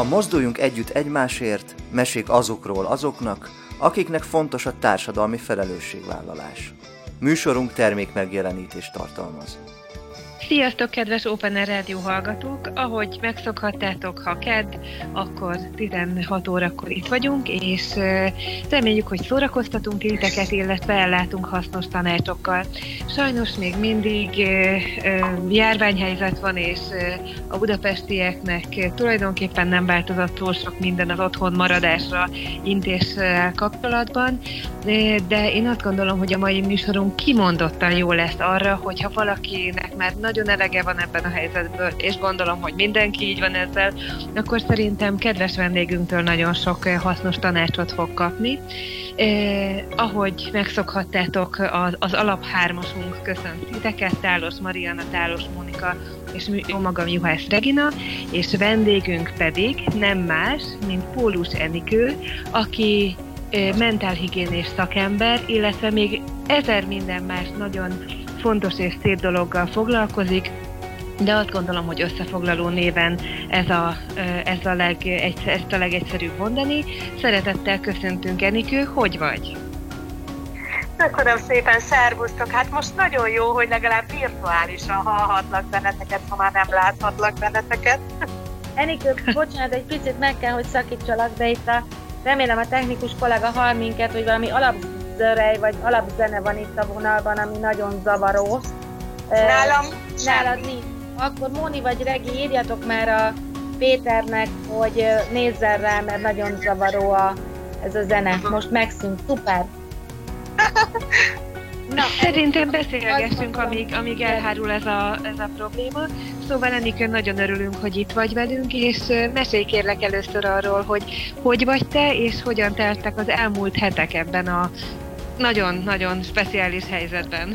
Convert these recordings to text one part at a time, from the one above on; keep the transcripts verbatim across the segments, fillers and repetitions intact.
A Mozduljunk együtt egymásért, mesék azokról azoknak, akiknek fontos a társadalmi felelősségvállalás. Műsorunk termékmegjelenítést tartalmaz. Sziasztok, kedves Open Air Rádió hallgatók! Ahogy megszokhattátok, ha kedd, akkor tizenhat órakor itt vagyunk, és reméljük, hogy szórakoztatunk titeket, illetve ellátunk hasznos tanácsokkal. Sajnos még mindig járványhelyzet van, és a budapestieknek tulajdonképpen nem változott túl sok minden az otthon maradásra intéssel kapcsolatban, de én azt gondolom, hogy a mai műsorunk kimondottan jó lesz arra, hogyha valakinek már nagyon elege van ebben a helyzetből, és gondolom, hogy mindenki így van ezzel, akkor szerintem kedves vendégünktől nagyon sok hasznos tanácsot fog kapni. Eh, ahogy megszokhattátok, az, az alaphármasunk köszönt titeket, Tálos Marianna, Tálos Mónika és jó magam Juhász Regina, és vendégünk pedig nem más, mint Pólus Enikő, aki eh, mentálhigiénés szakember, illetve még ezer minden más nagyon fontos és szép dologgal foglalkozik, de azt gondolom, hogy összefoglaló néven ez a, ez a leg, ezt a legegyszerűbb mondani. Szeretettel köszöntünk, Enikő, hogy vagy? Köszönöm szépen, szervusztok! Hát most nagyon jó, hogy legalább virtuálisan hallhatlak benneteket, ha már nem láthatlak benneteket. Enikő, bocsánat, egy picit meg kell, hogy szakítsalak, de itt a, remélem a technikus kollega hall minket, hogy valami alapzörej vagy alapzene van itt a vonalban, ami nagyon zavaró. Nálam Nálad nincs. Akkor Móni vagy Regi, írjatok már a Péternek, hogy nézzen rá, mert nagyon zavaró a, ez a zene. Most megszűnt. Szuper! Na, szerintem beszélgessünk, amíg, amíg elhárul ez a, ez a probléma. Szóval Enikő, nagyon örülünk, hogy itt vagy velünk, és mesélj kérlek először arról, hogy hogy vagy te, és hogyan teltek az elmúlt hetek ebben a nagyon-nagyon speciális helyzetben.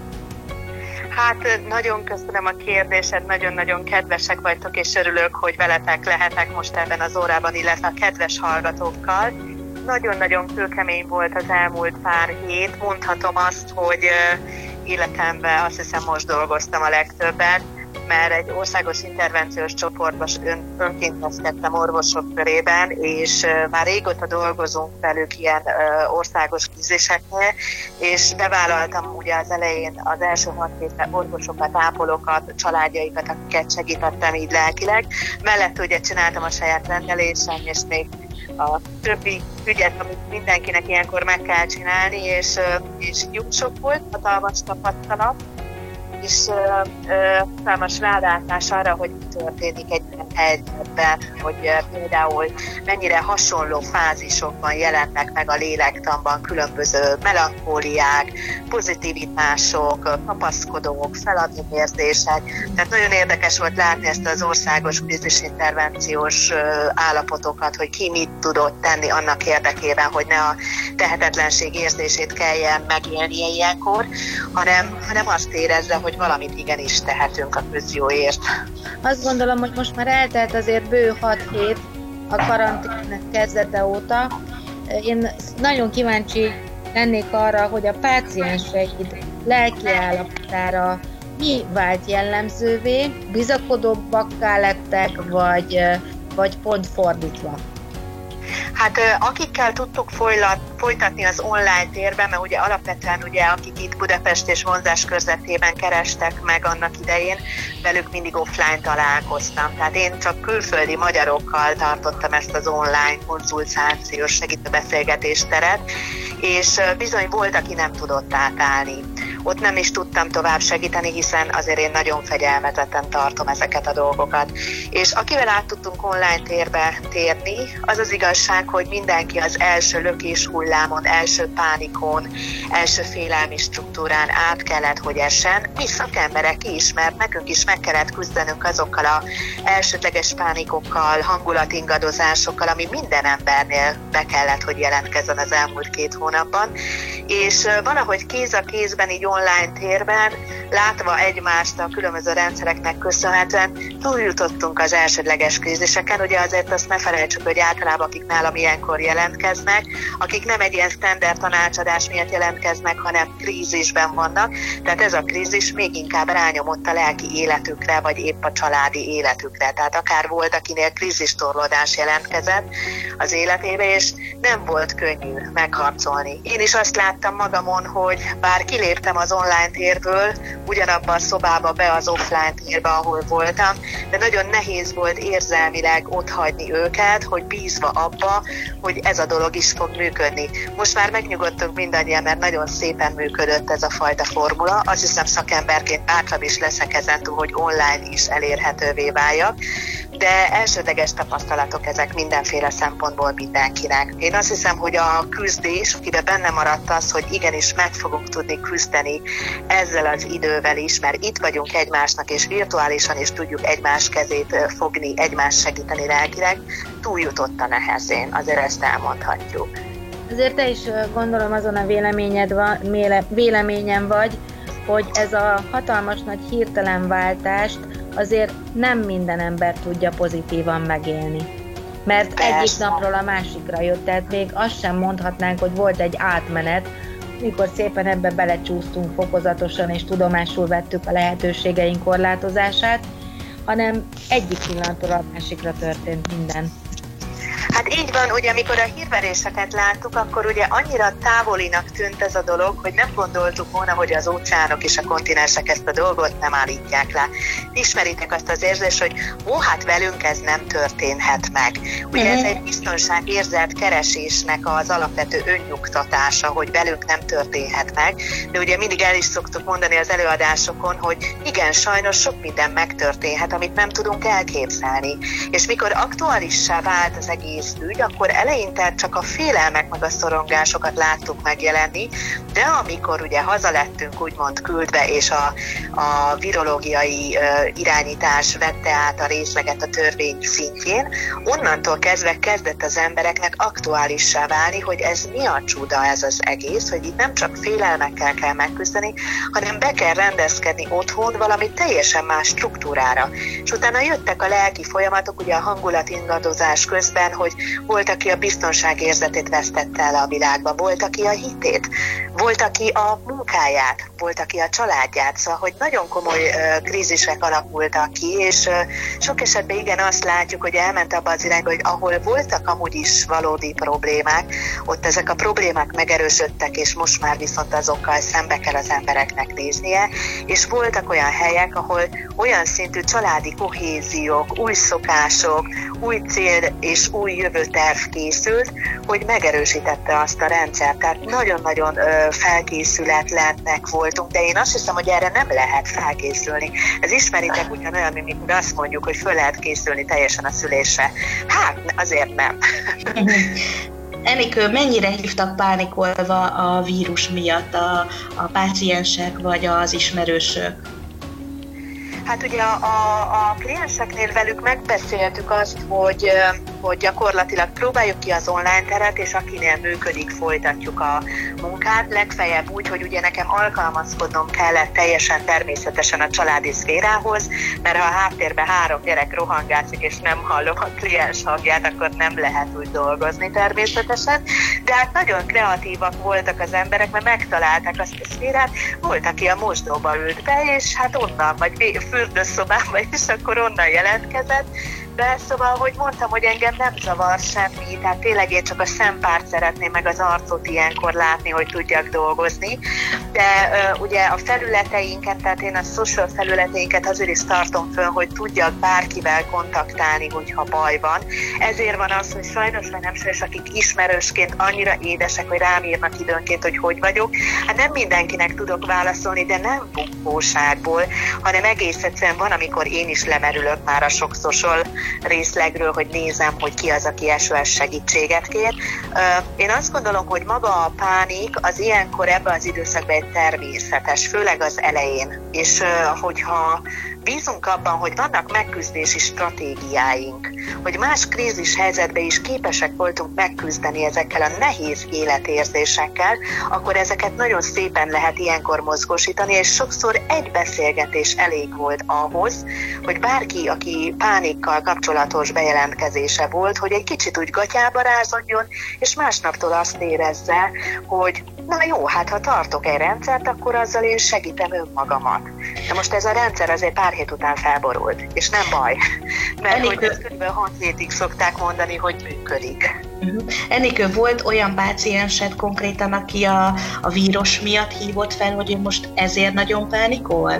Hát nagyon köszönöm a kérdésed, nagyon-nagyon kedvesek vagytok, és örülök, hogy veletek lehetek most ebben az órában, illetve a kedves hallgatókkal. Nagyon-nagyon kőkemény volt az elmúlt pár hét, mondhatom azt, hogy életemben azt hiszem most dolgoztam a legtöbbet, mert egy országos intervenciós csoportban ön, önkéntezkedtem orvosok körében, és már régóta dolgozunk velük ilyen országos kríziseknél, és bevállaltam ugye az elején az első hat hétben orvosokat, ápolókat, családjaikat, akiket segítettem így lelkileg. Mellett ugye csináltam a saját rendelésem, és még a többi ügyet, amit mindenkinek ilyenkor meg kell csinálni, és, és jó sok volt, hatalmas tapasztalat, és számos rálátás arra, hogy mi történik egy ilyen helyzetben, hogy uh, például mennyire hasonló fázisokban jelennek meg a lélektanban különböző melankóliák, pozitivitások, kapaszkodók, feladóérzések. Tehát nagyon érdekes volt látni ezt az országos krízisintervenciós uh, állapotokat, hogy ki mit tudott tenni annak érdekében, hogy ne a tehetetlenség érzését kelljen megélnie ilyenkor, hanem, hanem azt érezze, hogy valamit igenis tehetünk a közjóért. Azt gondolom, hogy most már eltelt azért bő hat hét a karantén kezdete óta. Én nagyon kíváncsi lennék arra, hogy a pácienseid lelki állapotára mi vált jellemzővé, bizakodóbbakká lettek, vagy, vagy pont fordítva? Hát akikkel tudtuk folylat, folytatni az online térben, mert ugye alapvetően ugye, akik itt Budapest és vonzás körzetében kerestek meg annak idején, velük mindig offline találkoztam. Tehát én csak külföldi magyarokkal tartottam ezt az online konzultációs segítő beszélgetésteret, és bizony volt, aki nem tudott átállni. Ott nem is tudtam tovább segíteni, hiszen azért én nagyon fegyelmezetten tartom ezeket a dolgokat. És akivel át tudtunk online térbe térni, az az igazság, hogy mindenki az első lökés hullámon, első pánikon, első félelmi struktúrán át kellett, hogy essen. Mi szakemberek is, mert nekünk is meg kellett küzdenünk azokkal az elsődleges pánikokkal, hangulatingadozásokkal, ami minden embernél be kellett, hogy jelentkezzen az elmúlt két hónapban. És valahogy kéz a kézben így online térben, látva egymást a különböző rendszereknek köszönhetően, túljutottunk az elsődleges kríziseken. Ugye azért azt ne felejtsük, hogy általában akik nálam ilyenkor jelentkeznek, akik nem egy ilyen standard tanácsadás miatt jelentkeznek, hanem krízisben vannak, tehát ez a krízis még inkább rányomott a lelki életükre, vagy épp a családi életükre. Tehát akár volt, akinél krízistorlódás jelentkezett az életébe, és nem volt könnyű megharcolni. Én is azt láttam magamon, hogy bár kiléptem az online térből, ugyanabba a szobába be az offline térbe, ahol voltam, de nagyon nehéz volt érzelmileg otthagyni őket, hogy bízva abba, hogy ez a dolog is fog működni. Most már megnyugodtunk mindannyian, mert nagyon szépen működött ez a fajta formula. Azt hiszem szakemberként bátrabb is leszek ezentúl, hogy online is elérhetővé váljak, de elsődleges tapasztalatok ezek mindenféle szempontból mindenkinek. Én azt hiszem, hogy a küzdés, akiben benne maradt az, hogy igenis meg fogunk tudni küzdeni ezzel az idővel is, mert itt vagyunk egymásnak, és virtuálisan is tudjuk egymás kezét fogni, egymást segíteni lelkileg, túljutott a nehezén, azért ezt elmondhatjuk. Azért te is gondolom azon a véleményed van, véleményen vagy, hogy ez a hatalmas nagy hirtelen váltást azért nem minden ember tudja pozitívan megélni. Mert Persze. egyik napról a másikra jött, tehát még azt sem mondhatnánk, hogy volt egy átmenet, mikor szépen ebbe belecsúsztunk fokozatosan, és tudomásul vettük a lehetőségeink korlátozását, hanem egyik pillanatról a másikra történt minden. Hát így van, ugye amikor a hírveréseket láttuk, akkor ugye annyira távolinak tűnt ez a dolog, hogy nem gondoltuk volna, hogy az óceánok és a kontinensek ezt a dolgot nem állítják le. Ismeritek azt az érzést, hogy ó, hát velünk ez nem történhet meg. Ugye ez egy biztonságérzet keresésnek az alapvető önnyugtatása, hogy velünk nem történhet meg, de ugye mindig el is szoktuk mondani az előadásokon, hogy igen, sajnos sok minden megtörténhet, amit nem tudunk elképzelni. És mikor aktuálissá vált az egész ügy, akkor eleinte csak a félelmek meg a szorongásokat láttuk megjelenni, de amikor ugye hazalettünk úgymond küldve, és a, a virológiai uh, irányítás vette át a részleget a törvény szintjén, onnantól kezdve kezdett az embereknek aktuálissá válni, hogy ez mi a csuda ez az egész, hogy itt nem csak félelmekkel kell megküzdeni, hanem be kell rendezkedni otthon valami teljesen más struktúrára. És utána jöttek a lelki folyamatok, ugye a hangulatingadozás közben, hogy volt, aki a biztonságérzetét vesztette el a világba, volt, aki a hitét, volt, aki a munkáját, volt, aki a családját, szóval, hogy nagyon komoly uh, krízisek alakultak ki, és uh, sok esetben igen azt látjuk, hogy elment abba az irányba, hogy ahol voltak amúgy is valódi problémák, ott ezek a problémák megerősödtek, és most már viszont azokkal szembe kell az embereknek néznie, és voltak olyan helyek, ahol olyan szintű családi kohéziók, új szokások, új cél és új jövőterv készült, hogy megerősítette azt a rendszert. Tehát nagyon-nagyon ö, felkészületlennek voltunk, de én azt hiszem, hogy erre nem lehet felkészülni. Ez ismeritek ugyanolyan, mint azt mondjuk, hogy föl lehet készülni teljesen a szülésre. Hát azért nem. Enikő, mennyire hívtak pánikolva a vírus miatt a, a páciensek vagy az ismerősök? Hát ugye a, a, a klienseknél velük megbeszéltük azt, hogy, hogy gyakorlatilag próbáljuk ki az online teret, és akinél működik, folytatjuk a munkát, legfeljebb úgy, hogy ugye nekem alkalmazkodnom kellett teljesen természetesen a családi szférához, mert ha a háttérben három gyerek rohangászik, és nem hallom a kliens hangját, akkor nem lehet úgy dolgozni természetesen, de hát nagyon kreatívak voltak az emberek, mert megtalálták azt a szférát, volt, aki a mosdóba ült be, és hát onnan, vagy fürdőszobába, és akkor onnan jelentkezett, de szóval, hogy mondtam, hogy engem nem zavar semmi, tehát tényleg én csak a szempárt szeretném meg az arcot ilyenkor látni, hogy tudjak dolgozni, de uh, ugye a felületeinket, tehát én a social felületeinket azért is tartom föl, hogy tudjak bárkivel kontaktálni, hogyha baj van. Ezért van az, hogy sajnos vagy nem sajnos, akik ismerősként annyira édesek, hogy rám írnak időnként, hogy hogy vagyok, hát nem mindenkinek tudok válaszolni, de nem bunkóságból, hanem egész egyszerűen van, amikor én is lemerülök már a sok social részlegről, hogy nézem, hogy ki az, aki es o es segítséget kér. Én azt gondolom, hogy maga a pánik az ilyenkor ebben az időszakban egy természetes, főleg az elején. És hogyha bízunk abban, hogy vannak megküzdési stratégiáink, hogy más krízis helyzetben is képesek voltunk megküzdeni ezekkel a nehéz életérzésekkel, akkor ezeket nagyon szépen lehet ilyenkor mozgósítani, és sokszor egy beszélgetés elég volt ahhoz, hogy bárki, aki pánikkal kapcsolatos bejelentkezése volt, hogy egy kicsit úgy gatyába rázódjon, és másnaptól azt érezze, hogy na jó, hát ha tartok egy rendszert, akkor azzal én segítem önmagamat. De most ez a rendszer azért pár hét után felborult, és nem baj, mert Enikő... hogy kb. hat hétig szokták mondani, hogy működik. Uh-huh. Enikő, volt olyan páciensed konkrétan, aki a, a vírus miatt hívott fel, hogy ő most ezért nagyon pánikol?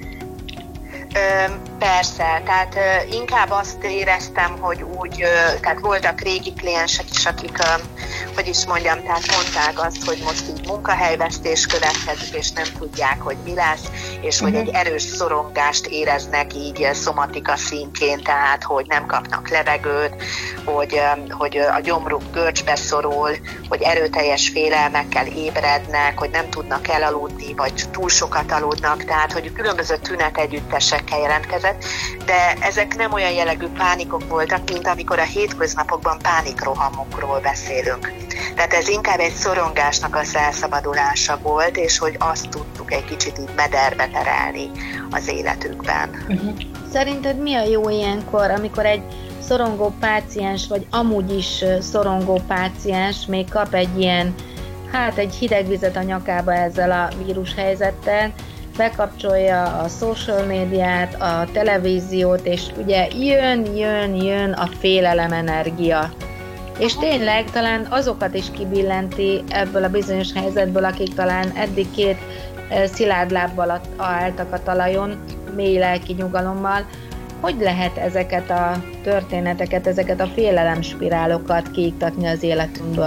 Ö, persze, tehát ö, inkább azt éreztem, hogy úgy, ö, tehát voltak régi kliensek is, akik, ö, hogy is mondjam, tehát mondták azt, hogy most így munkahelyvesztés következik, és nem tudják, hogy mi lesz, és uh-huh. hogy egy erős szorongást éreznek így szomatika szintjén, tehát hogy nem kapnak levegőt, hogy, ö, hogy a gyomruk görcsbe szorul, hogy erőteljes félelmekkel ébrednek, hogy nem tudnak elaludni, vagy túl sokat aludnak, tehát hogy különböző tünetegyüttesek jelentkezett, de ezek nem olyan jellegű pánikok voltak, mint amikor a hétköznapokban pánikrohamokról beszélünk. Tehát ez inkább egy szorongásnak az elszabadulása volt, és hogy azt tudtuk egy kicsit így mederbe terelni az életükben. Uh-huh. Szerinted mi a jó ilyenkor, amikor egy szorongó páciens, vagy amúgy is szorongó páciens még kap egy ilyen, hát egy hideg vizet a nyakába ezzel a vírushelyzettel, bekapcsolja a social médiát, a televíziót, és ugye jön, jön, jön a félelem energia. És tényleg talán azokat is kibillenti ebből a bizonyos helyzetből, akik talán eddig két szilárd lábbal álltak a talajon, mély lelki nyugalommal. Hogy lehet ezeket a történeteket, ezeket a félelemspirálokat kiiktatni az életünkből?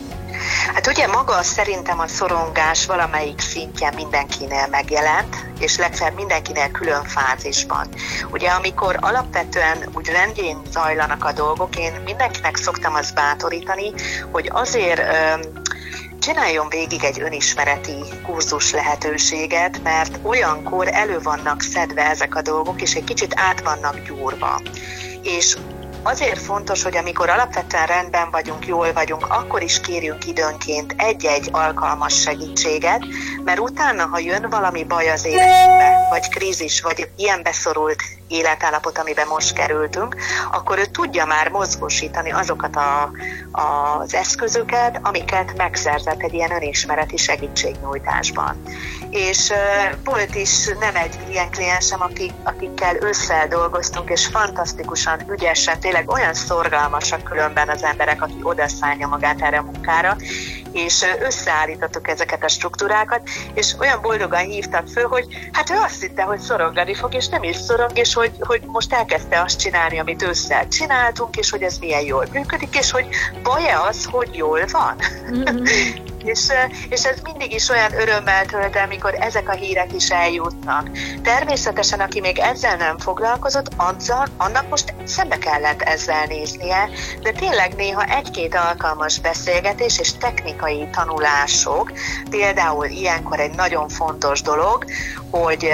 Hát ugye maga szerintem a szorongás valamelyik szintjén mindenkinél megjelent, és legfeljebb mindenkinél külön fázisban. Ugye amikor alapvetően úgy rendjén zajlanak a dolgok, én mindenkinek szoktam azt bátorítani, hogy azért öm, csináljon végig egy önismereti kurzus lehetőséget, mert olyankor elő vannak szedve ezek a dolgok, és egy kicsit át vannak gyúrva. És azért fontos, hogy amikor alapvetően rendben vagyunk, jól vagyunk, akkor is kérjünk időnként egy-egy alkalmas segítséget, mert utána, ha jön valami baj az életünkbe, vagy krízis, vagy ilyen beszorult életállapot, amiben most kerültünk, akkor ő tudja már mozgósítani azokat a, az eszközöket, amiket megszerzett egy ilyen önismereti segítségnyújtásban. És uh, volt is nem egy ilyen kliensem, akik, akikkel ősszel dolgoztunk, és fantasztikusan ügyesen, tényleg olyan szorgalmasak különben az emberek, aki odaszállja magát erre a munkára, és összeállítottuk ezeket a struktúrákat, és olyan boldogan hívtak föl, hogy hát ő azt hitte, hogy szorongani fog, és nem is szorong, és hogy, hogy most elkezdte azt csinálni, amit ősszel csináltunk, és hogy ez milyen jól működik, és hogy baj-e az, hogy jól van. Mm-hmm. és, és ez mindig is olyan örömmel tölt el, amikor ezek a hírek is eljutnak. Természetesen, aki még ezzel nem foglalkozott, azzal, annak most szembe kellett ezzel néznie, de tényleg néha egy-két alkalmas beszélgetés és technikai tanulások, például ilyenkor egy nagyon fontos dolog, hogy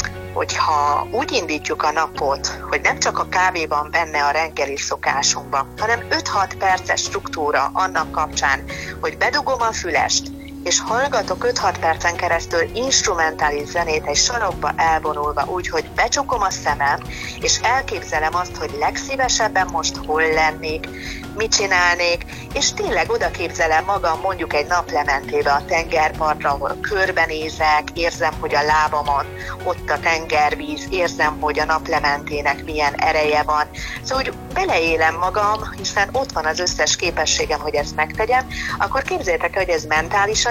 hogyha úgy indítjuk a napot, hogy nem csak a kávéban benne a reggeli szokásunkban, hanem öt-hat perces struktúra annak kapcsán, hogy bedugom a fülest, és hallgatok öt-hat percen keresztül instrumentális zenét egy sarokba elvonulva úgy, hogy becsukom a szemem, és elképzelem azt, hogy legszívesebben most hol lennék, mit csinálnék, és tényleg oda képzelem magam mondjuk egy naplementébe a tengerpartra, ahol körbenézek, érzem, hogy a lábamon ott a tengervíz, érzem, hogy a naplementének milyen ereje van. Szóval úgy beleélem magam, hiszen ott van az összes képességem, hogy ezt megtegyem, akkor képzeljétek el, hogy ez mentálisan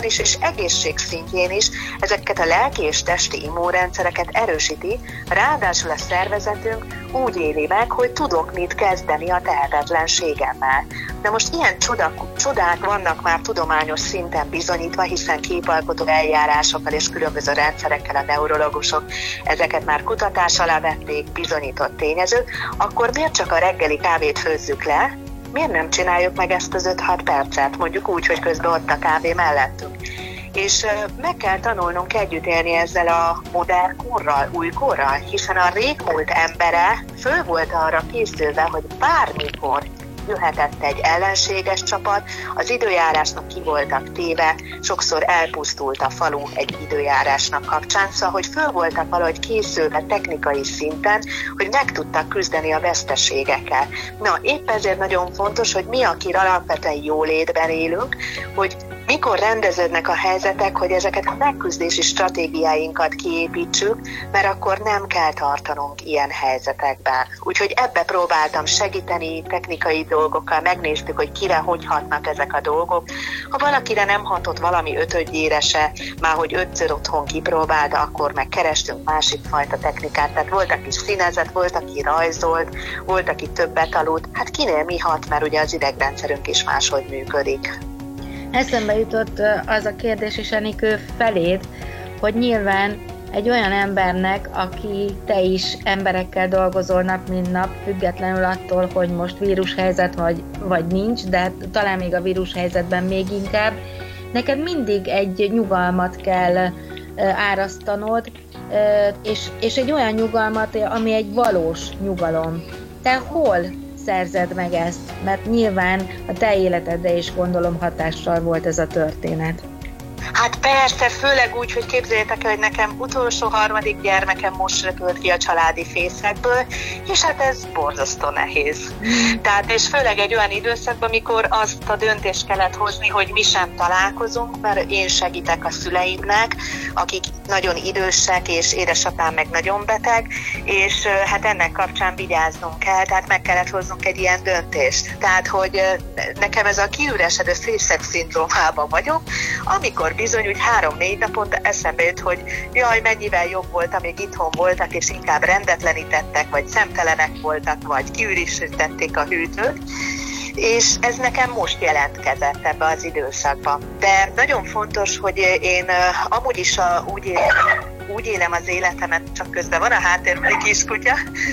is, és egészség szintjén is ezeket a lelki és testi immunrendszereket erősíti, ráadásul a szervezetünk úgy éli meg, hogy tudok mit kezdeni a tehetetlenségemmel. Na most ilyen csodák, csodák vannak már tudományos szinten bizonyítva, hiszen képalkotó eljárásokkal és különböző rendszerekkel a neurológusok ezeket már kutatás alá vették, bizonyított tényezők, akkor miért csak a reggeli kávét főzzük le, miért nem csináljuk meg ezt az öt-hat percet, mondjuk úgy, hogy közben ott a kávé mellettünk. És meg kell tanulnunk együtt élni ezzel a modern korral, új korral, hiszen a régmúlt embere föl volt arra készülve, hogy bármikor jöhetett egy ellenséges csapat, az időjárásnak ki voltak téve, sokszor elpusztult a falu egy időjárásnak kapcsán, szóval, hogy föl voltak valahogy készülve technikai szinten, hogy meg tudtak küzdeni a veszteségekkel. Na, épp ezért nagyon fontos, hogy mi, aki alapvetően jólétben élünk, hogy mikor rendeződnek a helyzetek, hogy ezeket a megküzdési stratégiáinkat kiépítsük, mert akkor nem kell tartanunk ilyen helyzetekben. Úgyhogy ebbe próbáltam segíteni technikai dolgokkal, megnéztük, hogy kire hogy hatnak ezek a dolgok. Ha valakire nem hatott valami ötödjére se, már hogy ötször otthon kipróbálta, akkor meg kerestünk másik fajta technikát. Tehát volt, aki színezett, volt, aki rajzolt, volt, aki többet aludt. Hát kinél mi hat, mert ugye az idegrendszerünk is máshogy működik. Eszembe jutott az a kérdés is, Enikő, feléd, hogy nyilván egy olyan embernek, aki te is emberekkel dolgozol nap, mint nap, függetlenül attól, hogy most vírushelyzet vagy, vagy nincs, de talán még a vírushelyzetben még inkább, neked mindig egy nyugalmat kell árasztanod, és, és egy olyan nyugalmat, ami egy valós nyugalom. Te hol szerzed meg ezt? Mert nyilván a te életedre is gondolom hatással volt ez a történet. Hát persze, főleg úgy, hogy képzeljétek el, hogy nekem utolsó harmadik gyermekem most repült ki a családi fészekből, és hát ez borzasztó nehéz. Mm. Tehát, és főleg egy olyan időszakban, amikor azt a döntést kellett hozni, hogy mi sem találkozunk, mert én segítek a szüleimnek, akik nagyon idősek, és édesapám meg nagyon beteg, és hát ennek kapcsán vigyáznunk kell, tehát meg kellett hoznunk egy ilyen döntést. Tehát, hogy nekem ez a kiüresedő fészek szindrómában vagyok, amikor bizony úgy három-négy naponta eszembe jut, hogy jaj, mennyivel jobb volt, amíg itthon voltak, és inkább rendetlenítettek, vagy szemtelenek voltak, vagy kiüresítették a hűtőt, és ez nekem most jelentkezett ebbe az időszakban. De nagyon fontos, hogy én amúgy is a, úgy, élem, úgy élem az életemet, csak közben van a háttérben egy kiskutya,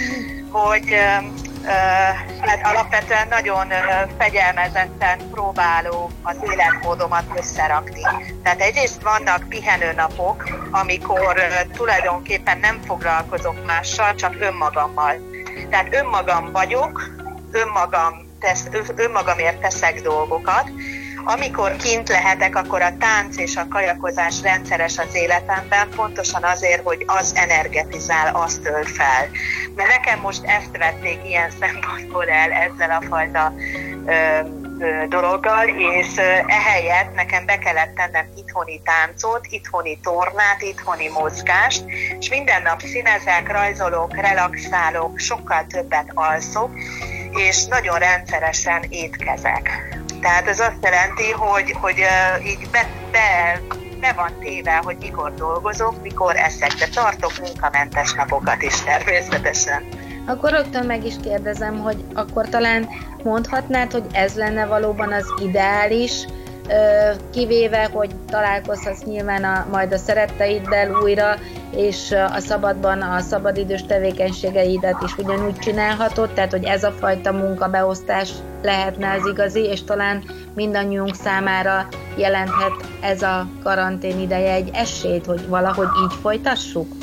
hogy Uh, hát alapvetően nagyon uh, fegyelmezetten próbálom az életmódomat összerakni. Tehát egyrészt vannak pihenőnapok, amikor uh, tulajdonképpen nem foglalkozok mással, csak önmagammal. Tehát önmagam vagyok, önmagam tesz, önmagamért teszek dolgokat. Amikor kint lehetek, akkor a tánc és a kajakozás rendszeres az életemben, pontosan azért, hogy az energetizál, az tölt fel. Mert nekem most ezt vették ilyen szempontból el ezzel a fajta ö, ö, dologgal, és ö, ehelyett nekem be kellett tennem itthoni táncot, itthoni tornát, itthoni mozgást, és minden nap színezek, rajzolok, relaxálok, sokkal többet alszok, és nagyon rendszeresen étkezek. Tehát ez azt jelenti, hogy, hogy uh, így be, be, be van téve, hogy mikor dolgozok, mikor eszek, de tartok munkamentes napokat is természetesen. Akkor rögtön meg is kérdezem, hogy akkor talán mondhatnád, hogy ez lenne valóban az ideális, kivéve, hogy találkozhatsz nyilván a, majd a szeretteiddel újra, és a szabadban a szabadidős tevékenységeidet is ugyanúgy csinálhatod, tehát hogy ez a fajta munkabeosztás lehetne az igazi, és talán mindannyiunk számára jelenthet ez a karantén ideje egy esélyt, hogy valahogy így folytassuk?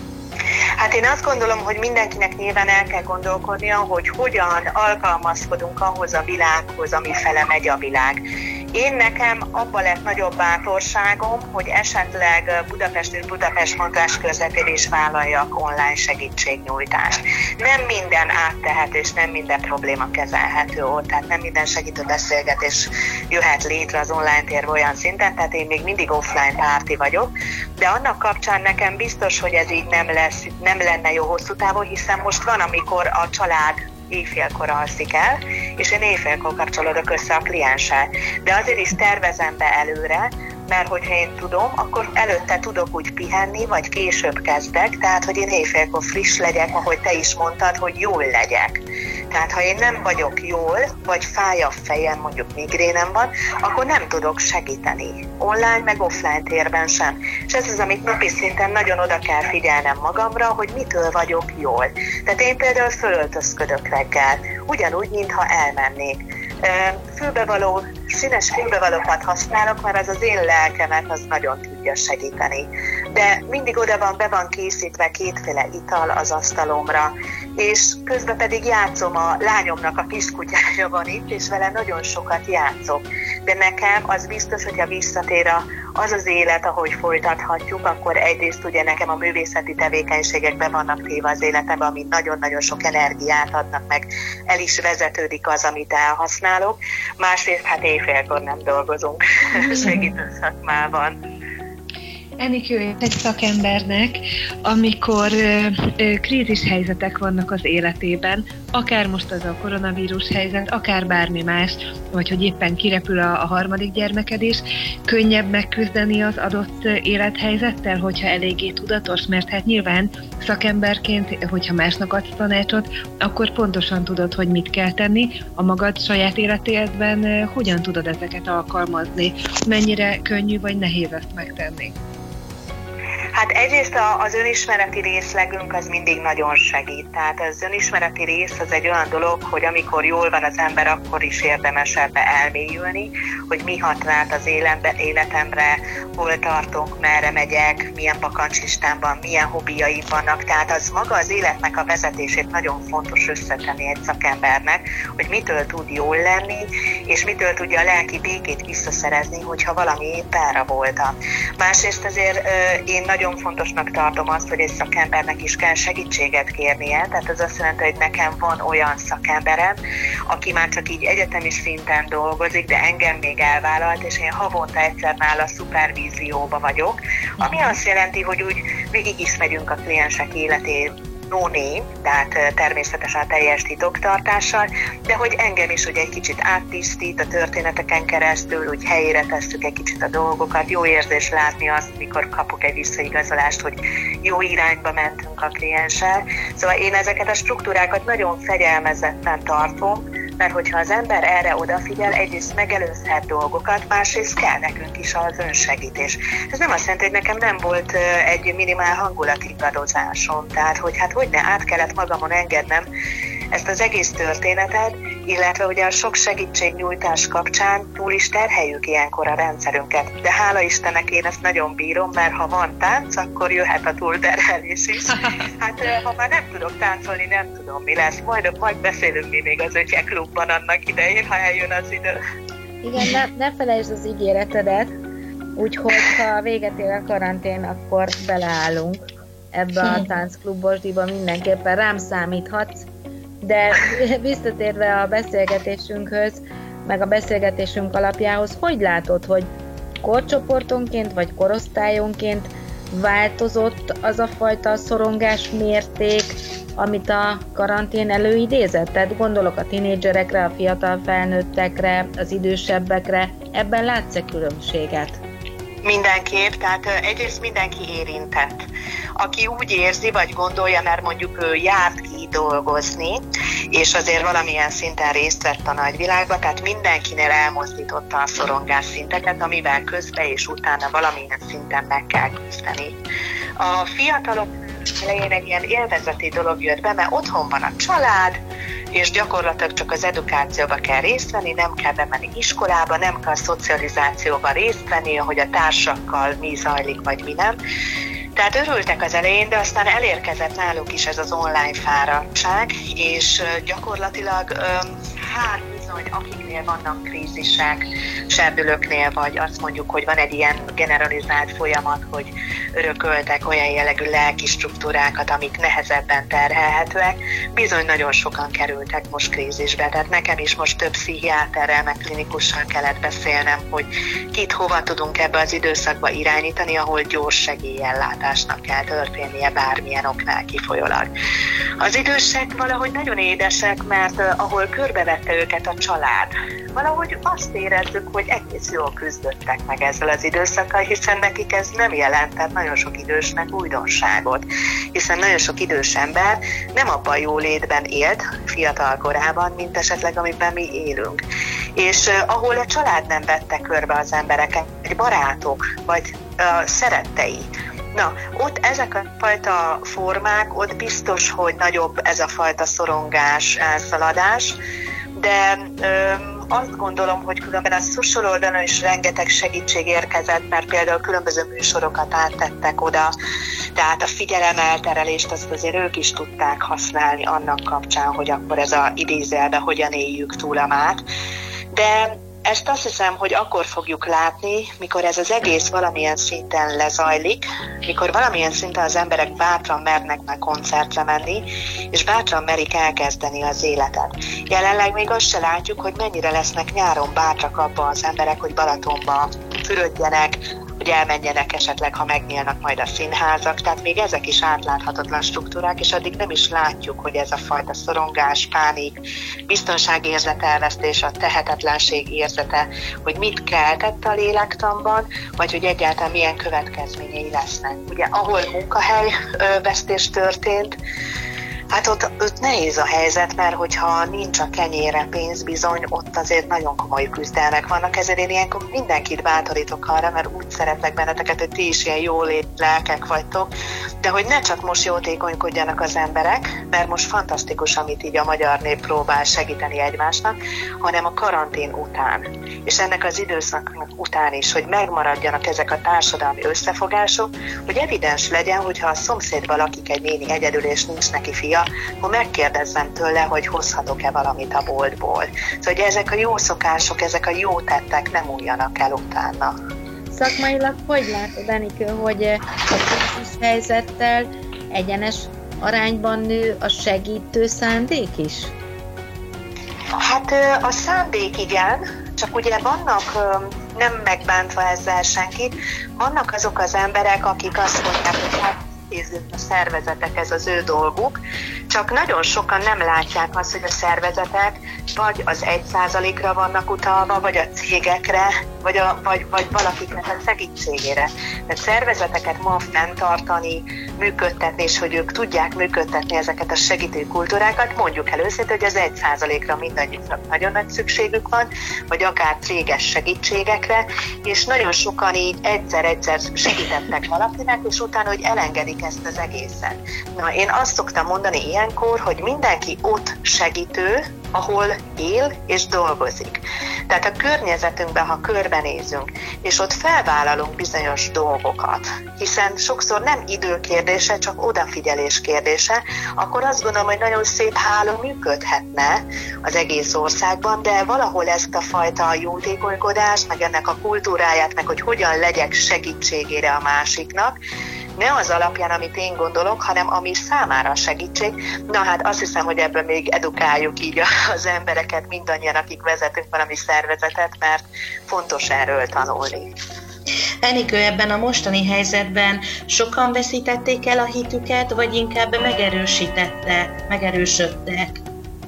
Hát én azt gondolom, hogy mindenkinek nyilván el kell gondolkodnia, hogy hogyan alkalmazkodunk ahhoz a világhoz, ami fele megy a világ. Én nekem abban lett nagyobb bátorságom, hogy esetleg Budapest és Budapest mozgáskörzetére is vállaljak online segítségnyújtást. Nem minden áttehető és nem minden probléma kezelhető ott, tehát nem minden segítő beszélgetés jöhet létre az online térben olyan szinten, tehát én még mindig offline párti vagyok, de annak kapcsán nekem biztos, hogy ez így nem lesz, nem lenne jó hosszú távon, hiszen most van, amikor a család éjfélkor alszik el, és én éjfélkor kapcsolódok össze a klienssel. De azért is tervezem be előre, mert hogyha én tudom, akkor előtte tudok úgy pihenni, vagy később kezdek, tehát hogy én éjfélkor friss legyek, ahogy te is mondtad, hogy jól legyek. Tehát ha én nem vagyok jól, vagy fáj a fejem, mondjuk migrénem van, akkor nem tudok segíteni. Online, meg offline térben sem. És ez az, amit napi szinten nagyon oda kell figyelnem magamra, hogy mitől vagyok jól. Tehát én például fölöltözködök reggel, ugyanúgy, mintha elmennék. Fülbevaló, színes fülbevalókat használok, mert az az én lelkemet az nagyon tudja segíteni. De mindig oda van, be van készítve kétféle ital az asztalomra, és közben pedig játszom, a lányomnak a kiskutyája van itt, és vele nagyon sokat játszok. De nekem az biztos, hogyha visszatér a, az az élet, ahogy folytathatjuk, akkor egyrészt ugye nekem a művészeti tevékenységekben vannak téve az életemben, amit nagyon-nagyon sok energiát adnak meg, el is vezetődik az, amit elhasználok. Másrészt hát éjfélkor nem dolgozunk segítő szakmában. Enikő egy szakembernek, amikor ö, ö, krízishelyzetek vannak az életében, akár most az a koronavírus helyzet, akár bármi más, vagy hogy éppen kirepül a, a harmadik gyermeked is, könnyebb megküzdeni az adott élethelyzettel, hogyha eléggé tudatos, mert hát nyilván szakemberként, hogyha másnak adsz tanácsot, akkor pontosan tudod, hogy mit kell tenni, a magad saját életedben hogyan tudod ezeket alkalmazni, mennyire könnyű vagy nehéz ezt megtenni. Hát egyrészt az önismereti részlegünk az mindig nagyon segít. Tehát az önismereti rész az egy olyan dolog, hogy amikor jól van az ember, akkor is érdemes ebbe elmélyülni, hogy mi hat rá az életbe, életemre, hol tartok, merre megyek, milyen bakancslistámban, milyen hobbiaim vannak. Tehát az maga az életnek a vezetését nagyon fontos összetenni egy szakembernek, hogy mitől tud jól lenni, és mitől tudja a lelki békét visszaszerezni, hogyha valami épp erre voltam. Másrészt azért én nagyon fontosnak tartom azt, hogy egy szakembernek is kell segítséget kérnie, tehát ez azt jelenti, hogy nekem van olyan szakemberem, aki már csak így egyetemi szinten dolgozik, de engem még elvállalt, és én havonta egyszer nála szupervízióba vagyok, ami azt jelenti, hogy úgy végig is megyünk a kliensek életén, no name, tehát természetesen a teljes titoktartással, de hogy engem is ugye egy kicsit áttisztít a történeteken keresztül, úgy helyére tesszük egy kicsit a dolgokat, jó érzés látni azt, mikor kapok egy visszaigazolást, hogy jó irányba mentünk a klienssel. Szóval én ezeket a struktúrákat nagyon fegyelmezetten tartom, mert hogyha az ember erre odafigyel, egyrészt megelőzhet dolgokat, másrészt kell nekünk is az önsegítés. Ez nem azt jelenti, hogy nekem nem volt egy minimál hangulatingadozásom, tehát hogy hát hogyne át kellett magamon engednem ezt az egész történetet, illetve ugye a sok segítségnyújtás kapcsán túl is terheljük ilyenkor a rendszerünket. De hála Istennek én ezt nagyon bírom, mert ha van tánc, akkor jöhet a túlterhelés is. Hát ha már nem tudok táncolni, nem tudom, mi lesz. Majd, majd beszélünk mi még az Ötye Klubban annak idején, ha eljön az idő. Igen, ne, ne felejtsd az ígéretedet, úgyhogy ha véget ér a karantén, akkor beleállunk ebbe a táncklubosdiba, mindenképpen rám számíthatsz. De visszatérve a beszélgetésünkhöz, meg a beszélgetésünk alapjához, hogy látod, hogy korcsoportonként vagy korosztályonként változott az a fajta szorongás mérték, amit a karantén előidézett? Tehát gondolok a tinédzserekre, a fiatal felnőttekre, az idősebbekre. Ebben látsz-e különbséget? Mindenképp, tehát egyrészt mindenki érintett. Aki úgy érzi, vagy gondolja, mert mondjuk ő járt ki dolgozni, és azért valamilyen szinten részt vett a nagyvilágba, tehát mindenkinél elmozdította a szorongás szinteket, amivel közben és utána valamilyen szinten meg kell küzdeni. A fiatalok elején egy ilyen élvezeti dolog jött be, mert otthon van a család, és gyakorlatilag csak az edukációba kell részt venni, nem kell bemenni iskolába, nem kell szocializációban részt venni, hogy a társakkal mi zajlik, vagy mi nem. Tehát örültek az elején, de aztán elérkezett náluk is ez az online fáradtság, és gyakorlatilag hát bizony, akiknél vannak krízisek, serdülőknél, vagy azt mondjuk, hogy van egy ilyen generalizált folyamat, hogy örököltek olyan jellegű lelki struktúrákat, amik nehezebben terhelhetőek, bizony nagyon sokan kerültek most krízisbe. Tehát nekem is most több pszichiáterrel, meg klinikussal kellett beszélnem, hogy kit hova tudunk ebbe az időszakba irányítani, ahol gyors segélyellátásnak kell történnie bármilyen oknál kifolyólag. Az idősek valahogy nagyon édesek, mert ahol körbevette őket a család. Valahogy azt érezzük, hogy egész jól küzdöttek meg ezzel az időszakkal, hiszen nekik ez nem jelentett nagyon sok idősnek újdonságot, hiszen nagyon sok idős ember nem abban a jólétben élt fiatal korában, mint esetleg amiben mi élünk. És uh, ahol a család nem vette körbe az embereket, vagy barátok, vagy uh, szerettei, na, ott ezek a fajta formák, ott biztos, hogy nagyobb ez a fajta szorongás, elszaladás, de ö, azt gondolom, hogy különben a social oldalon is rengeteg segítség érkezett, mert például különböző műsorokat áttettek oda, tehát a figyelemelterelést azt azért ők is tudták használni annak kapcsán, hogy akkor ez a idézelbe hogyan éljük túl a mát. De ezt azt hiszem, hogy akkor fogjuk látni, mikor ez az egész valamilyen szinten lezajlik, mikor valamilyen szinten az emberek bátran mernek meg koncertre menni, és bátran merik elkezdeni az életet. Jelenleg még azt se látjuk, hogy mennyire lesznek nyáron bátrak abban az emberek, hogy Balatonba fürödjenek, hogy elmenjenek esetleg, ha megnyílnak majd a színházak, tehát még ezek is átláthatatlan struktúrák, és addig nem is látjuk, hogy ez a fajta szorongás, pánik, biztonságérzet elvesztés, a tehetetlenség érzete, hogy mit keltett a lélektanban, vagy hogy egyáltalán milyen következményei lesznek. Ugye, ahol munkahelyvesztés történt, hát ott, ott nehéz a helyzet, mert hogyha nincs a kenyérre pénz, bizony, ott azért nagyon komoly küzdelmek vannak, ezért én ilyenkor mindenkit bátorítok arra, mert úgy szeretlek benneteket, hogy ti is ilyen jólét lelkek vagytok, de hogy ne csak most jótékonykodjanak az emberek, mert most fantasztikus, amit így a magyar nép próbál segíteni egymásnak, hanem a karantén után, és ennek az időszaknak után is, hogy megmaradjanak ezek a társadalmi összefogások, hogy evidens legyen, hogyha a szomszédban lakik egy néni egyedül, és nincs neki fia, akkor megkérdezzem tőle, hogy hozhatok-e valamit a boltból. Szóval, hogy ezek a jó szokások, ezek a jó tettek nem újjanak el utána. Szakmailag hogy látod, Enikő, hogy a krízis helyzettel egyenes arányban nő a segítő szándék is? Hát a szándék igen, csak ugye vannak, nem megbántva ezzel senkit, vannak azok az emberek, akik azt mondják, hogy hát a szervezetek, ez az ő dolguk, csak nagyon sokan nem látják azt, hogy a szervezetek vagy az egy százalékra vannak utalva, vagy a cégekre, vagy, a, vagy, vagy valakiknek a segítségére. Tehát szervezeteket ma fenntartani, működtetni, és hogy ők tudják működtetni ezeket a segítő kultúrákat, mondjuk először, hogy az egy százalékra mindannyiuknak nagyon nagy szükségük van, vagy akár céges segítségekre, és nagyon sokan így egyszer-egyszer segítettek valakinek, és utána, hogy elengedik ezt az egészet. Na, én azt szoktam mondani ilyenkor, hogy mindenki ott segítő, ahol él és dolgozik. Tehát a környezetünkben, ha körbenézünk, és ott felvállalunk bizonyos dolgokat, hiszen sokszor nem idő kérdése, csak odafigyelés kérdése, akkor azt gondolom, hogy nagyon szép háló működhetne az egész országban, de valahol ezt a fajta jótékonykodást, meg ennek a kultúráját, meg hogy hogyan legyek segítségére a másiknak, ne az alapján, amit én gondolok, hanem ami számára segítség. Na hát azt hiszem, hogy ebben még edukáljuk így az embereket, mindannyian, akik vezetünk valami szervezetet, mert fontos erről tanulni. Enikő, ebben a mostani helyzetben sokan veszítették el a hitüket, vagy inkább megerősítette, megerősödtek?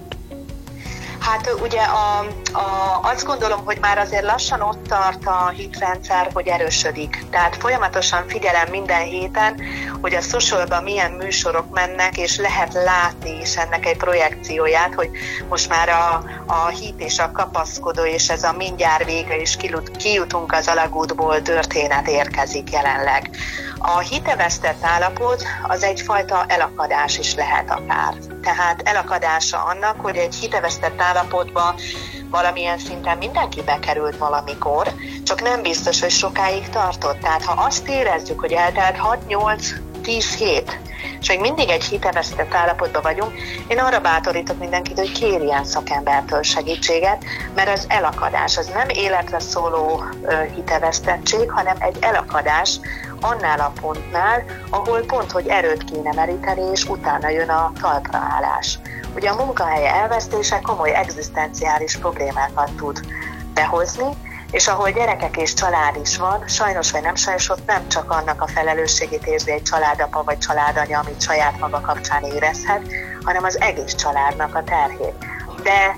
Hát ugye a, a, azt gondolom, hogy már azért lassan ott tart a hitrendszer, hogy erősödik. Tehát folyamatosan figyelem minden héten, hogy a socialban milyen műsorok mennek, és lehet látni is ennek egy projekcióját, hogy most már a, a hit és a kapaszkodó, és ez a mindjárt vége, és kijutunk az alagútból történet érkezik jelenleg. A hitevesztett állapot az egyfajta elakadás is lehet akár. Tehát elakadása annak, hogy egy hitevesztett állapotba valamilyen szinten mindenki bekerült valamikor, csak nem biztos, hogy sokáig tartott. Tehát ha azt érezzük, hogy eltelt hat nyolc tíz hét, és még mindig egy hitevesztett állapotban vagyunk, én arra bátorítok mindenkit, hogy kérjen szakembertől segítséget, mert az elakadás, az nem életre szóló ö, hitevesztettség, hanem egy elakadás annál a pontnál, ahol pont, hogy erőt kéne meríteni, és utána jön a talpraállás. Ugye a munkahely elvesztése komoly egzisztenciális problémákat tud behozni, és ahol gyerekek és család is van, sajnos vagy nem sajnos, ott nem csak annak a felelősségét érzi egy családapa vagy családanya, amit saját maga kapcsán érezhet, hanem az egész családnak a terhét. De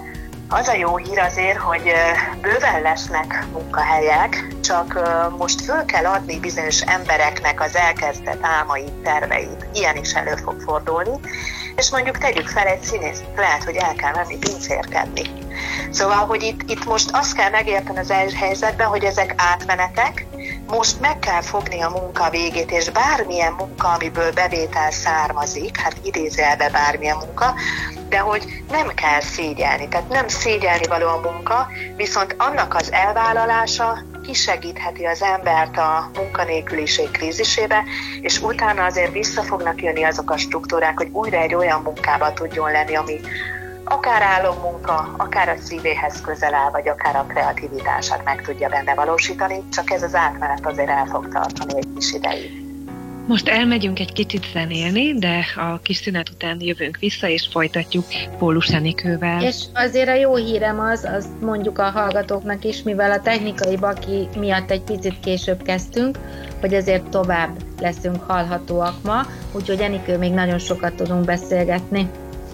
Az a jó hír azért, hogy bőven lesznek munkahelyek, csak most föl kell adni bizonyos embereknek az elkezdett álmait, terveit. Ilyen is elő fog fordulni. És mondjuk tegyük fel egy színészt, lehet, hogy el kell menni pincérkedni. Szóval, hogy itt, itt most azt kell megérteni az helyzetben, hogy ezek átmenetek, most meg kell fogni a munka végét, és bármilyen munka, amiből bevétel származik, hát idézőjelbe bármilyen munka, de hogy nem kell szégyelni, tehát nem szégyelni való a munka, viszont annak az elvállalása kisegítheti az embert a munkanélküliség krízisébe, és utána azért vissza fognak jönni azok a struktúrák, hogy újra egy olyan munkában tudjon lenni, ami akár álommunka, akár a szívéhez közel áll, vagy akár a kreativitását meg tudja benne valósítani, csak ez az átmenet azért el fog tartani egy kis ideig. Most elmegyünk egy kicsit zenélni, de a kis szünet után jövünk vissza, és folytatjuk Pólus Enikővel. És azért a jó hírem az, azt mondjuk a hallgatóknak is, mivel a technikai baki miatt egy picit később kezdtünk, hogy ezért tovább leszünk hallhatóak ma, úgyhogy Enikő még nagyon sokat tudunk beszélgetni.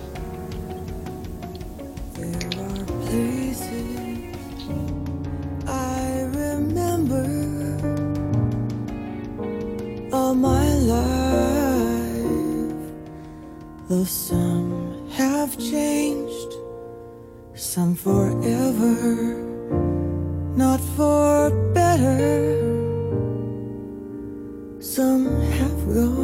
All my life, though some have changed, some forever, not for better, some have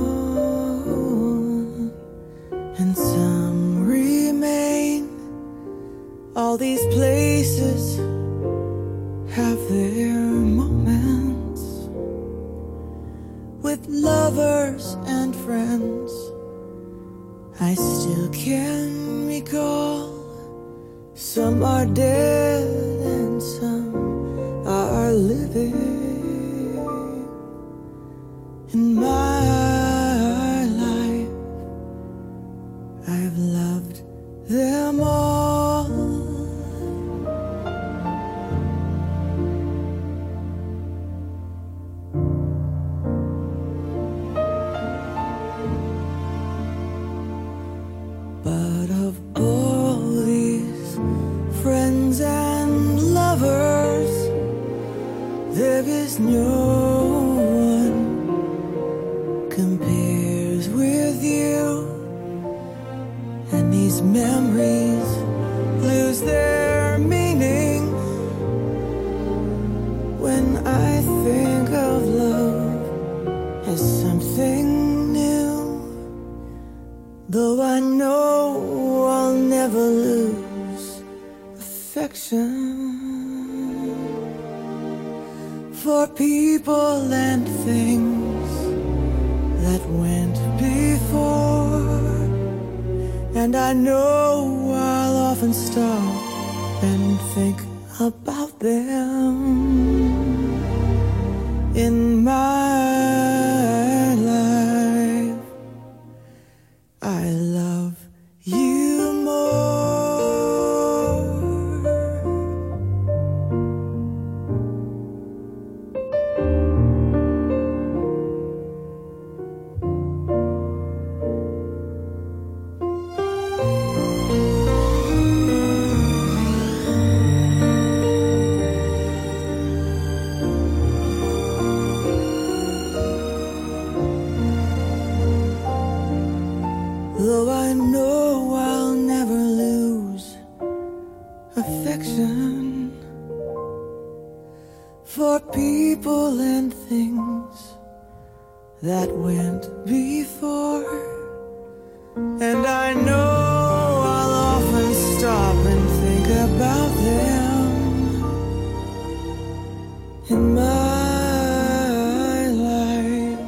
gone, and some remain. All these places have their moments, with lovers and friends. I still can recall. Some are dead and some are living. In my life, I've loved them all. But of all these friends and lovers, there is no one compares with you. And these memories lose their meaning when I think of love as something new. Though I know I'll never lose affection for people and things that went before. And I know I'll often stop and think about them in my life. I love you more. Though I know I'll never lose affection for people and things that went before. And I know I'll often stop and think about them in my life.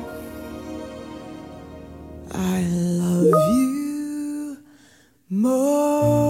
I love you more.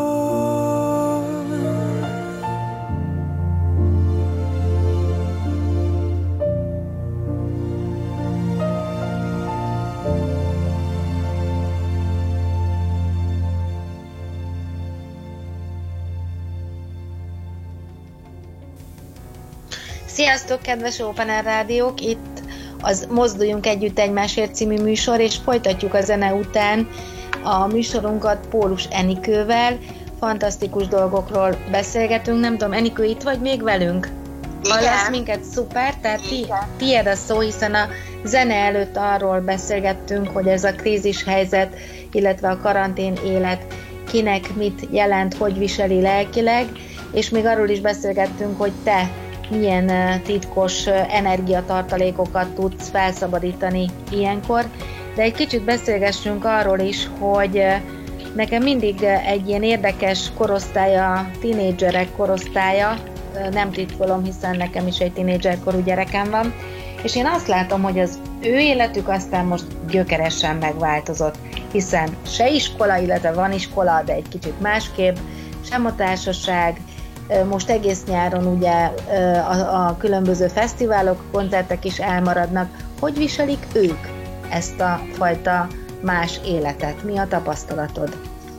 Sziasztok, kedves Open Air Rádiók! Itt az Mozduljunk Együtt Egymásért című műsor, és folytatjuk a zene után a műsorunkat Pólus Enikővel, fantasztikus dolgokról beszélgetünk. Nem tudom, Enikő, itt vagy még velünk? Ha lesz minket, szuper, tehát ti, tiéd a szó, hiszen a zene előtt arról beszélgettünk, hogy ez a krízis helyzet, illetve a karantén élet kinek mit jelent, hogy viseli lelkileg, és még arról is beszélgettünk, hogy te milyen titkos energiatartalékokat tudsz felszabadítani ilyenkor, de egy kicsit beszélgessünk arról is, hogy nekem mindig egy ilyen érdekes korosztálya, a tínédzserek korosztálya, nem titkolom, hiszen nekem is egy tínédzserkorú gyerekem van, és én azt látom, hogy az ő életük aztán most gyökeresen megváltozott, hiszen se iskola, illetve van iskola, de egy kicsit másképp, sem a társaság, most egész nyáron ugye a, a különböző fesztiválok, koncertek is elmaradnak. Hogy viselik ők ezt a fajta más életet? Mi a tapasztalatod?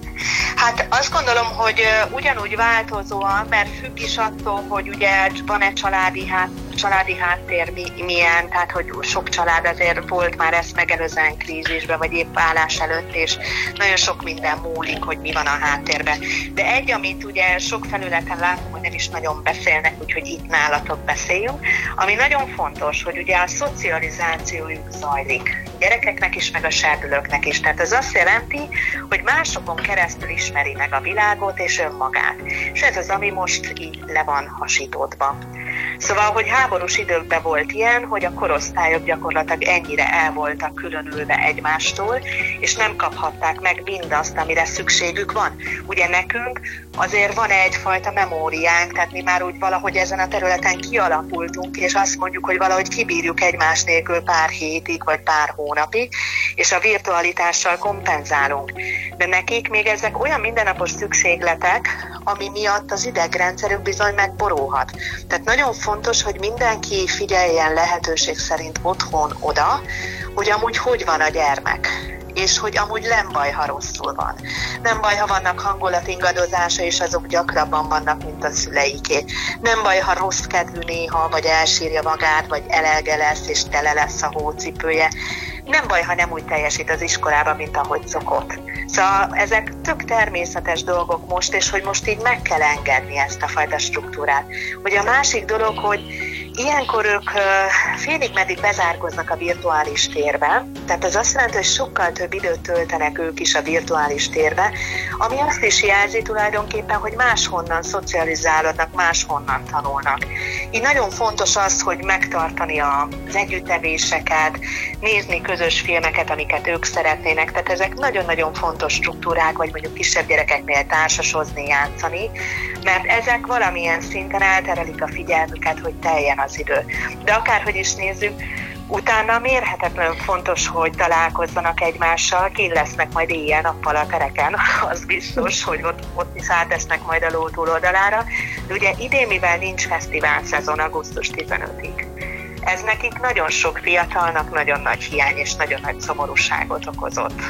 Hát azt gondolom, hogy ugyanúgy változóan, mert függ is attól, hogy ugye van-e családi, hát, családi háttér milyen, tehát hogy sok család azért volt már ezt megelőzően krízisben, vagy épp állás előtt, és nagyon sok minden múlik, hogy mi van a háttérben. De egy, amit ugye sok felületen látom, hogy nem is nagyon beszélnek, úgyhogy itt nálatok beszéljünk, ami nagyon fontos, hogy ugye a szocializációjuk zajlik. Gyerekeknek is, meg a serdülőknek is. Tehát ez azt jelenti, hogy másokon keresztül ismeri meg a világot és önmagát. És ez az, ami most így le van hasítódva. Szóval, hogy háborús időkben volt ilyen, hogy a korosztályok gyakorlatilag ennyire el voltak különülve egymástól, és nem kaphatták meg mindazt, amire szükségük van. Ugye nekünk azért van egyfajta memóriánk, tehát mi már úgy valahogy ezen a területen kialakultunk, és azt mondjuk, hogy valahogy kibírjuk egymás nélkül pár hétig, vagy pár hónapig, és a virtualitással kompenzálunk. De nekik még ezek olyan mindennapos szükségletek, ami miatt az idegrendszerük bizony megborulhat. Tehát nagyon fontos, hogy mindenki figyeljen lehetőség szerint otthon oda, hogy amúgy hogy van a gyermek, és hogy amúgy nem baj, ha rosszul van. Nem baj, ha vannak hangulatingadozása, és azok gyakrabban vannak, mint a szüleiké. Nem baj, ha rossz kedvű néha, vagy elsírja magát, vagy elege lesz, és tele lesz a hócipője. Nem baj, ha nem úgy teljesít az iskolában, mint ahogy szokott. Szóval ezek tök természetes dolgok most, és hogy most így meg kell engedni ezt a fajta struktúrát. Ugye a másik dolog, hogy ilyenkor ők félig meddig bezárkoznak a virtuális térbe, tehát ez azt jelenti, hogy sokkal több időt töltenek ők is a virtuális térbe, ami azt is jelzi tulajdonképpen, hogy máshonnan szocializálódnak, máshonnan tanulnak. Így nagyon fontos az, hogy megtartani az együttevéseket, nézni közös filmeket, amiket ők szeretnének, tehát ezek nagyon-nagyon fontos struktúrák, vagy mondjuk kisebb gyerekeknél társasozni, játszani, mert ezek valamilyen szinten elterelik a figyelmüket, hogy teljen az idő. De akárhogy is nézzük, utána mérhetetlenül fontos, hogy találkozzanak egymással, kint lesznek majd éjjel-nappal a tereken, az biztos, hogy ott, ott is átesznek majd a ló túloldalára. De ugye idén, mivel nincs fesztivál szezon augusztus tizenötödikéig, ez nekik nagyon sok fiatalnak nagyon nagy hiány és nagyon nagy szomorúságot okozott.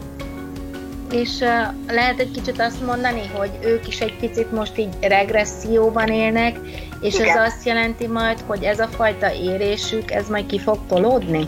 És uh, lehet egy kicsit azt mondani, hogy ők is egy picit most így regresszióban élnek, és igen. Ez azt jelenti majd, hogy ez a fajta érésük, ez majd ki fog tolódni?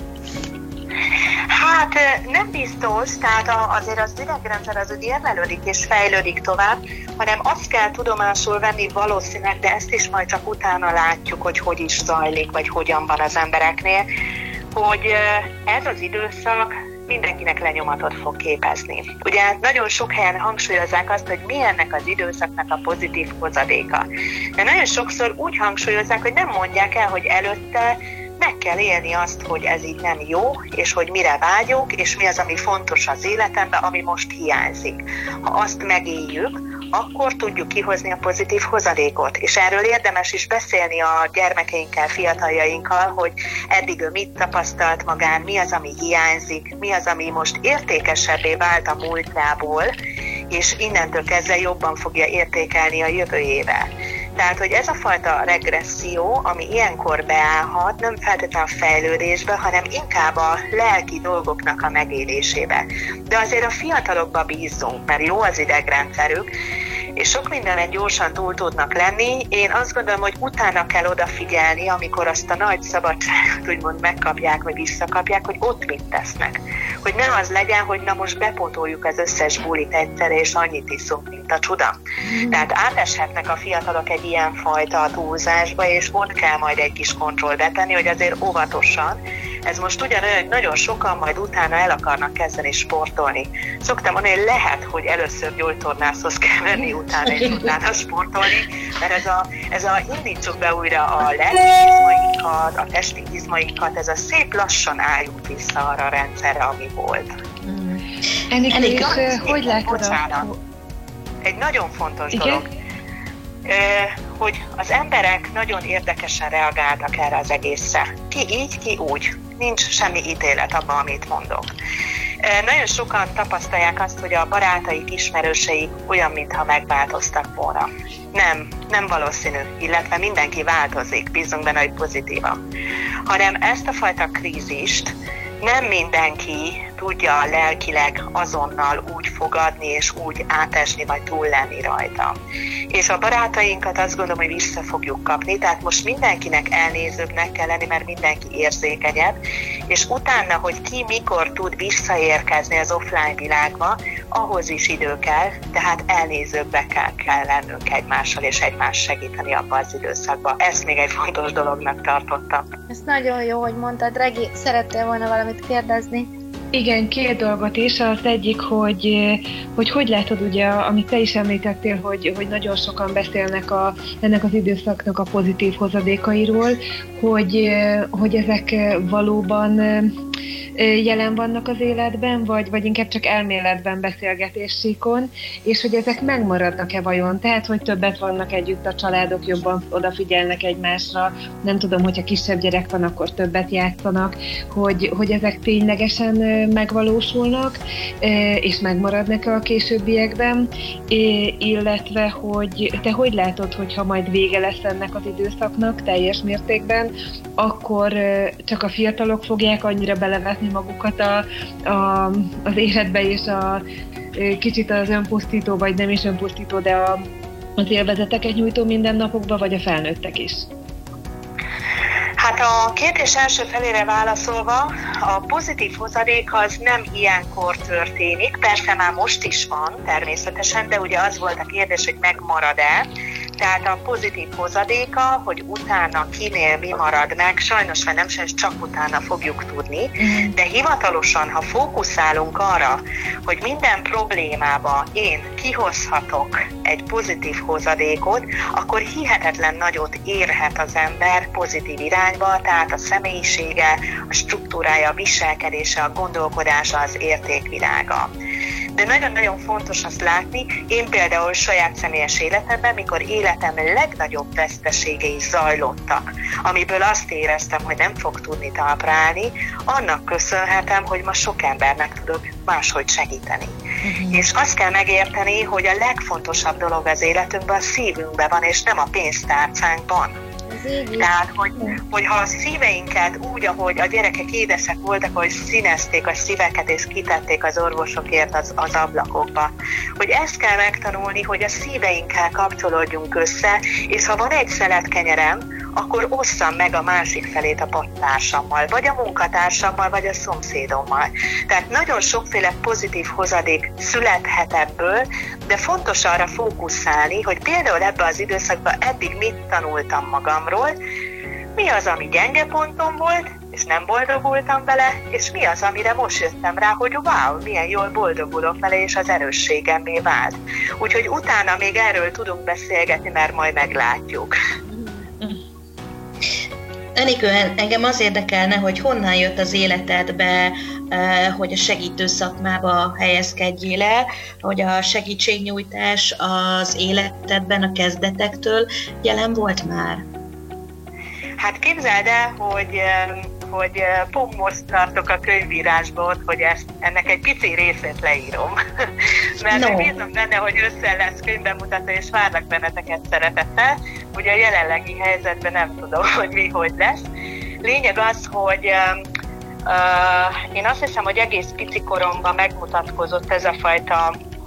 Hát nem biztos, tehát azért az idegrendszer az úgy érlelődik és fejlődik tovább, hanem azt kell tudomásul venni valószínűleg, de ezt is majd csak utána látjuk, hogy hogy is zajlik, vagy hogyan van az embereknél, hogy ez az időszak mindenkinek lenyomatot fog képezni. Ugye nagyon sok helyen hangsúlyozzák azt, hogy mi ennek az időszaknak a pozitív hozadéka. De nagyon sokszor úgy hangsúlyozzák, hogy nem mondják el, hogy előtte meg kell élni azt, hogy ez így nem jó, és hogy mire vágyunk, és mi az, ami fontos az életemben, ami most hiányzik. Ha azt megéljük, akkor tudjuk kihozni a pozitív hozadékot. És erről érdemes is beszélni a gyermekeinkkel, fiataljainkkal, hogy eddig ő mit tapasztalt magán, mi az, ami hiányzik, mi az, ami most értékesebbé vált a múltjából, és innentől kezdve jobban fogja értékelni a jövőjével. Tehát, hogy ez a fajta regresszió, ami ilyenkor beállhat, nem feltétlenül a fejlődésbe, hanem inkább a lelki dolgoknak a megélésébe. De azért a fiatalokba bízzunk, mert jó az idegrendszerük, és sok mindenen gyorsan túl tudnak lenni. Én azt gondolom, hogy utána kell odafigyelni, amikor azt a nagy szabadságot úgymond megkapják, vagy visszakapják, hogy ott mit tesznek. Hogy nem az legyen, hogy na most bepotoljuk az összes bulit egyszerre, és annyit iszunk, mint a csuda. Mm. Tehát áteshetnek a fiatalok egy ilyen fajta túlzásba, és ott kell majd egy kis kontroll betenni, hogy azért óvatosan. Ez most ugyanolyan, hogy nagyon sokan majd utána el akarnak kezdeni sportolni. Szoktam mondani, hogy lehet, hogy először gyógytornászhoz kell menni utána, és utána sportolni, mert ez a, ez a indítsuk be újra a lelki izmaikat, a testi izmaikat, ez a szép lassan álljuk vissza arra a rendszerre, ami volt. Mm. Ennek Ennek is, hogy látod a... Egy nagyon fontos Igen? dolog, hogy az emberek nagyon érdekesen reagáltak erre az egészre. Ki így, ki úgy. Nincs semmi ítélet abban, amit mondok. Nagyon sokan tapasztalják azt, hogy a barátaik, ismerőseik olyan, mintha megváltoztak volna. Nem, nem valószínű, illetve mindenki változik, bízunk benne, hogy pozitívan. Hanem ezt a fajta krízist nem mindenki tudja lelkileg azonnal úgy fogadni, és úgy átesni, vagy túl lenni rajta. És a barátainkat azt gondolom, hogy vissza fogjuk kapni, tehát most mindenkinek elnézőbbnek kell lenni, mert mindenki érzékenyebb, és utána, hogy ki mikor tud visszaérkezni az offline világba, ahhoz is idő kell, tehát elnézőbbekkel kell lennünk egymással, és egymást segíteni abban az időszakban. Ezt még egy fontos dolognak tartottam. Ez nagyon jó, hogy mondtad. Regi, szerettél volna valamit kérdezni? Igen, két dolgot is. Az egyik, hogy hogy, hogy látod, ugye, amit te is említettél, hogy, hogy nagyon sokan beszélnek a, ennek az időszaknak a pozitív hozadékairól, hogy, hogy ezek valóban jelen vannak az életben, vagy, vagy inkább csak elméletben, beszélgetéssikon, és hogy ezek megmaradnak-e vajon? Tehát, hogy többet vannak együtt a családok, jobban odafigyelnek egymásra, nem tudom, hogyha kisebb gyerek van, akkor többet játszanak, hogy, hogy ezek ténylegesen megvalósulnak, és megmaradnak-e a későbbiekben, illetve, hogy te hogy látod, hogyha majd vége lesz ennek az időszaknak teljes mértékben, akkor csak a fiatalok fogják annyira belevetni magukat a, a, az életbe, és a kicsit az önpusztító, vagy nem is önpusztító, de a, az élvezeteket nyújtó mindennapokba, vagy a felnőttek is? Hát a kérdés első felére válaszolva, a pozitív hozadék az nem ilyenkor történik, persze már most is van természetesen, de ugye az volt a kérdés, hogy megmarad-e. Tehát a pozitív hozadéka, hogy utána kinél mi marad meg, sajnos már nem, sajnos csak utána fogjuk tudni, de hivatalosan, ha fókuszálunk arra, hogy minden problémába én kihozhatok egy pozitív hozadékot, akkor hihetetlen nagyot érhet az ember pozitív irányba, tehát a személyisége, a struktúrája, a viselkedése, a gondolkodása, az értékvilága. De nagyon-nagyon fontos azt látni, én például saját személyes életemben, mikor életem legnagyobb veszteségei zajlottak, amiből azt éreztem, hogy nem fog tudni talpra állni, annak köszönhetem, hogy ma sok embernek tudok máshogy segíteni. Uh-huh. És azt kell megérteni, hogy a legfontosabb dolog az életünkben a szívünkben van, és nem a pénztárcánkban. Tehát, hogy, hogy ha a szíveinket úgy, ahogy a gyerekek édesek voltak, hogy színezték a szíveket és kitették az orvosokért az, az ablakokba. Hogy ezt kell megtanulni, hogy a szíveinkkel kapcsolódjunk össze, és ha van egy szelet kenyerem, akkor osszam meg a másik felét a pattársammal, vagy a munkatársammal, vagy a szomszédommal. Tehát nagyon sokféle pozitív hozadék születhet ebből, de fontos arra fókuszálni, hogy például ebben az időszakban eddig mit tanultam magamról, mi az, ami gyenge pontom volt, és nem boldogultam vele, és mi az, amire most jöttem rá, hogy wow, milyen jól boldogulok vele, és az erősségemmé vált. Úgyhogy utána még erről tudunk beszélgetni, mert majd meglátjuk. Enikő, engem az érdekelne, hogy honnan jött az életedbe, hogy a segítő szakmába helyezkedjél el, hogy a segítségnyújtás az életedben a kezdetektől jelen volt már? Hát képzeld el, hogy, hogy pont most tartok a könyvírásból, hogy ezt, ennek egy pici részét leírom. Mert no. bízom benne, hogy össze lesz könyvbemutató, és várlak benneteket szeretettel. Ugye a jelenlegi helyzetben nem tudom, hogy mi hogy lesz. Lényeg az, hogy uh, én azt hiszem, hogy egész pici koromban megmutatkozott ez a fajta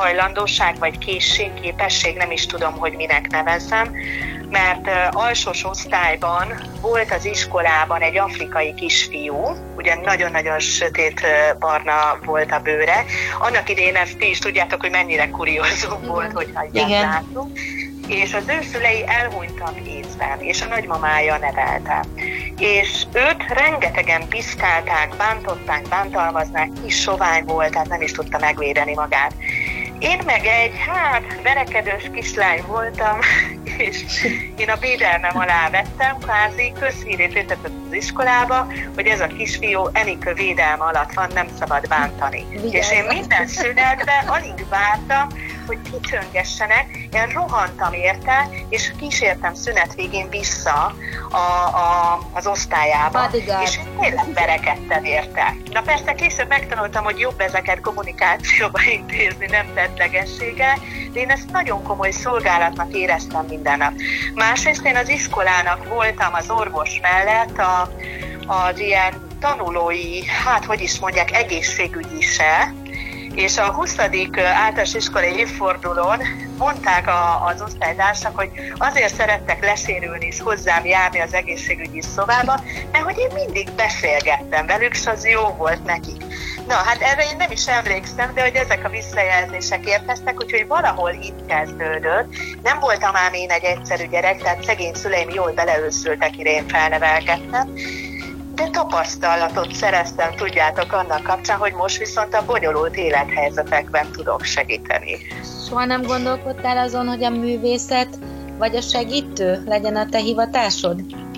hajlandóság, vagy készség, képesség, nem is tudom, hogy minek nevezzem, mert uh, alsós osztályban volt az iskolában egy afrikai kisfiú, ugye nagyon-nagyon sötét uh, barna volt a bőre. Annak idején ezt ti is tudjátok, hogy mennyire kuriózum volt, hogyha ilyet látunk. És az ő szülei elhunytak észben, és a nagymamája nevelte. És őt rengetegen piszkálták, bántották, bántalmaznák, kis sovány volt, tehát nem is tudta megvédeni magát. Én meg egy, hát, verekedős kislány voltam, és én a védelmem alá vettem, kvázi közhírét létezett az iskolába, hogy ez a kisfiú Enikő védelme alatt van, nem szabad bántani. Vigyázz. És én minden szünetben alig vártam, hogy kicsöngessenek, én rohantam érte, és kísértem szünet végén vissza a, a, az osztályába, Bodyguard. És én tényleg verekedtem érte. Na persze később megtanultam, hogy jobb ezeket kommunikációba intézni, nem tettlegességgel, de én ezt nagyon komoly szolgálatnak éreztem minden nap. Másrészt én az iskolának voltam az orvos mellett a, az ilyen tanulói, hát hogy is mondják, egészségügyi se, és a huszadik általános iskolai évfordulón mondták a, az osztálytársak, hogy azért szerettek lesérülni és hozzám járni az egészségügyi szobába, mert hogy én mindig beszélgettem velük, és az jó volt nekik. Na, hát erre én nem is emlékszem, de hogy ezek a visszajelzések érkeztek, úgyhogy valahol itt kezdődött. Nem voltam ám én egy egyszerű gyerek, tehát szegény szüleim jól beleőszültek, mire én felnevelkedtem. De tapasztalatot szereztem, tudjátok, annak kapcsán, hogy most viszont a bonyolult élethelyzetekben tudok segíteni. Soha nem gondolkodtál azon, hogy a művészet vagy a segítő legyen a te hivatásod?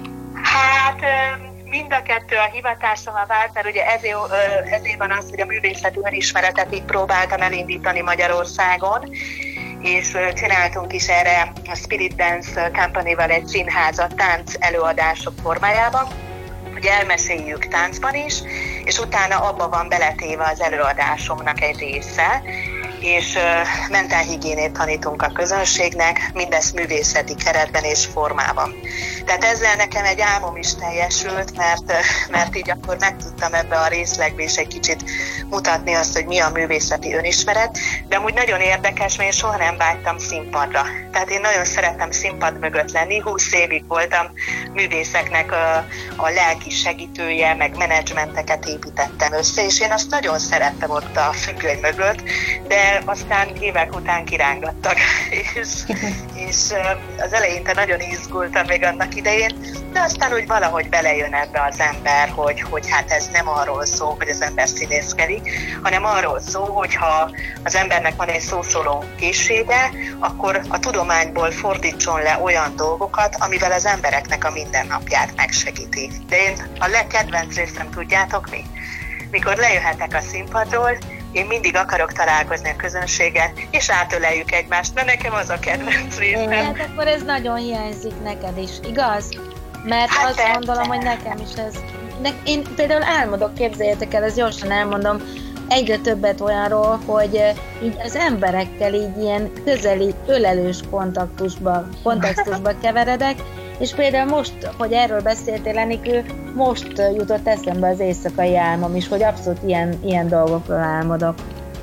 Hát mind a kettő a hivatásomra vált, mert ugye ezért, ezért van az, hogy a művészet önismeretet így próbáltam elindítani Magyarországon, és csináltunk is erre a Spirit Dance Company-val egy színházat tánc előadások formájában, hogy elmeséljük táncban is, és utána abba van beletéve az előadásomnak egy része, és uh, mentálhigiénét tanítunk a közönségnek, mindezt művészeti keretben és formában. Tehát ezzel nekem egy álmom is teljesült, mert, mert így akkor meg tudtam ebbe a részlegbe is egy kicsit mutatni azt, hogy mi a művészeti önismeret, de amúgy nagyon érdekes, mert én soha nem vágytam színpadra. Tehát én nagyon szerettem színpad mögött lenni, húsz évig voltam művészeknek a, a lelki segítője, meg menedzsmenteket építettem össze, és én azt nagyon szerettem ott a függöny mögött, de aztán évek után kirángattak, és, és az eleinte nagyon izgultam még annak idején, de aztán úgy valahogy belejön ebbe az ember, hogy, hogy hát ez nem arról szól, hogy az ember színészkedik, hanem arról szól, hogy ha az embernek van egy szószóló készsége, akkor a tudományból fordítson le olyan dolgokat, amivel az embereknek a mindennapját megsegíti. De én a legkedvenc részem, tudjátok mi? Mikor lejöhetek a színpadról, én mindig akarok találkozni a közönséggel, és átöleljük egymást, mert nekem az a kedvenc részem. Hát akkor ez nagyon hiányzik neked is, igaz? Mert hát azt persze. Gondolom, hogy nekem is ez... Ne, én például álmodok, képzeljétek el, ezt gyorsan elmondom, egyre többet olyanról, hogy így az emberekkel így ilyen közeli, ölelős kontaktusba, kontextusba keveredek, és például most, hogy erről beszéltél, Enikő, most jutott eszembe az éjszakai álmom is, hogy abszolút ilyen, ilyen dolgokról álmodok.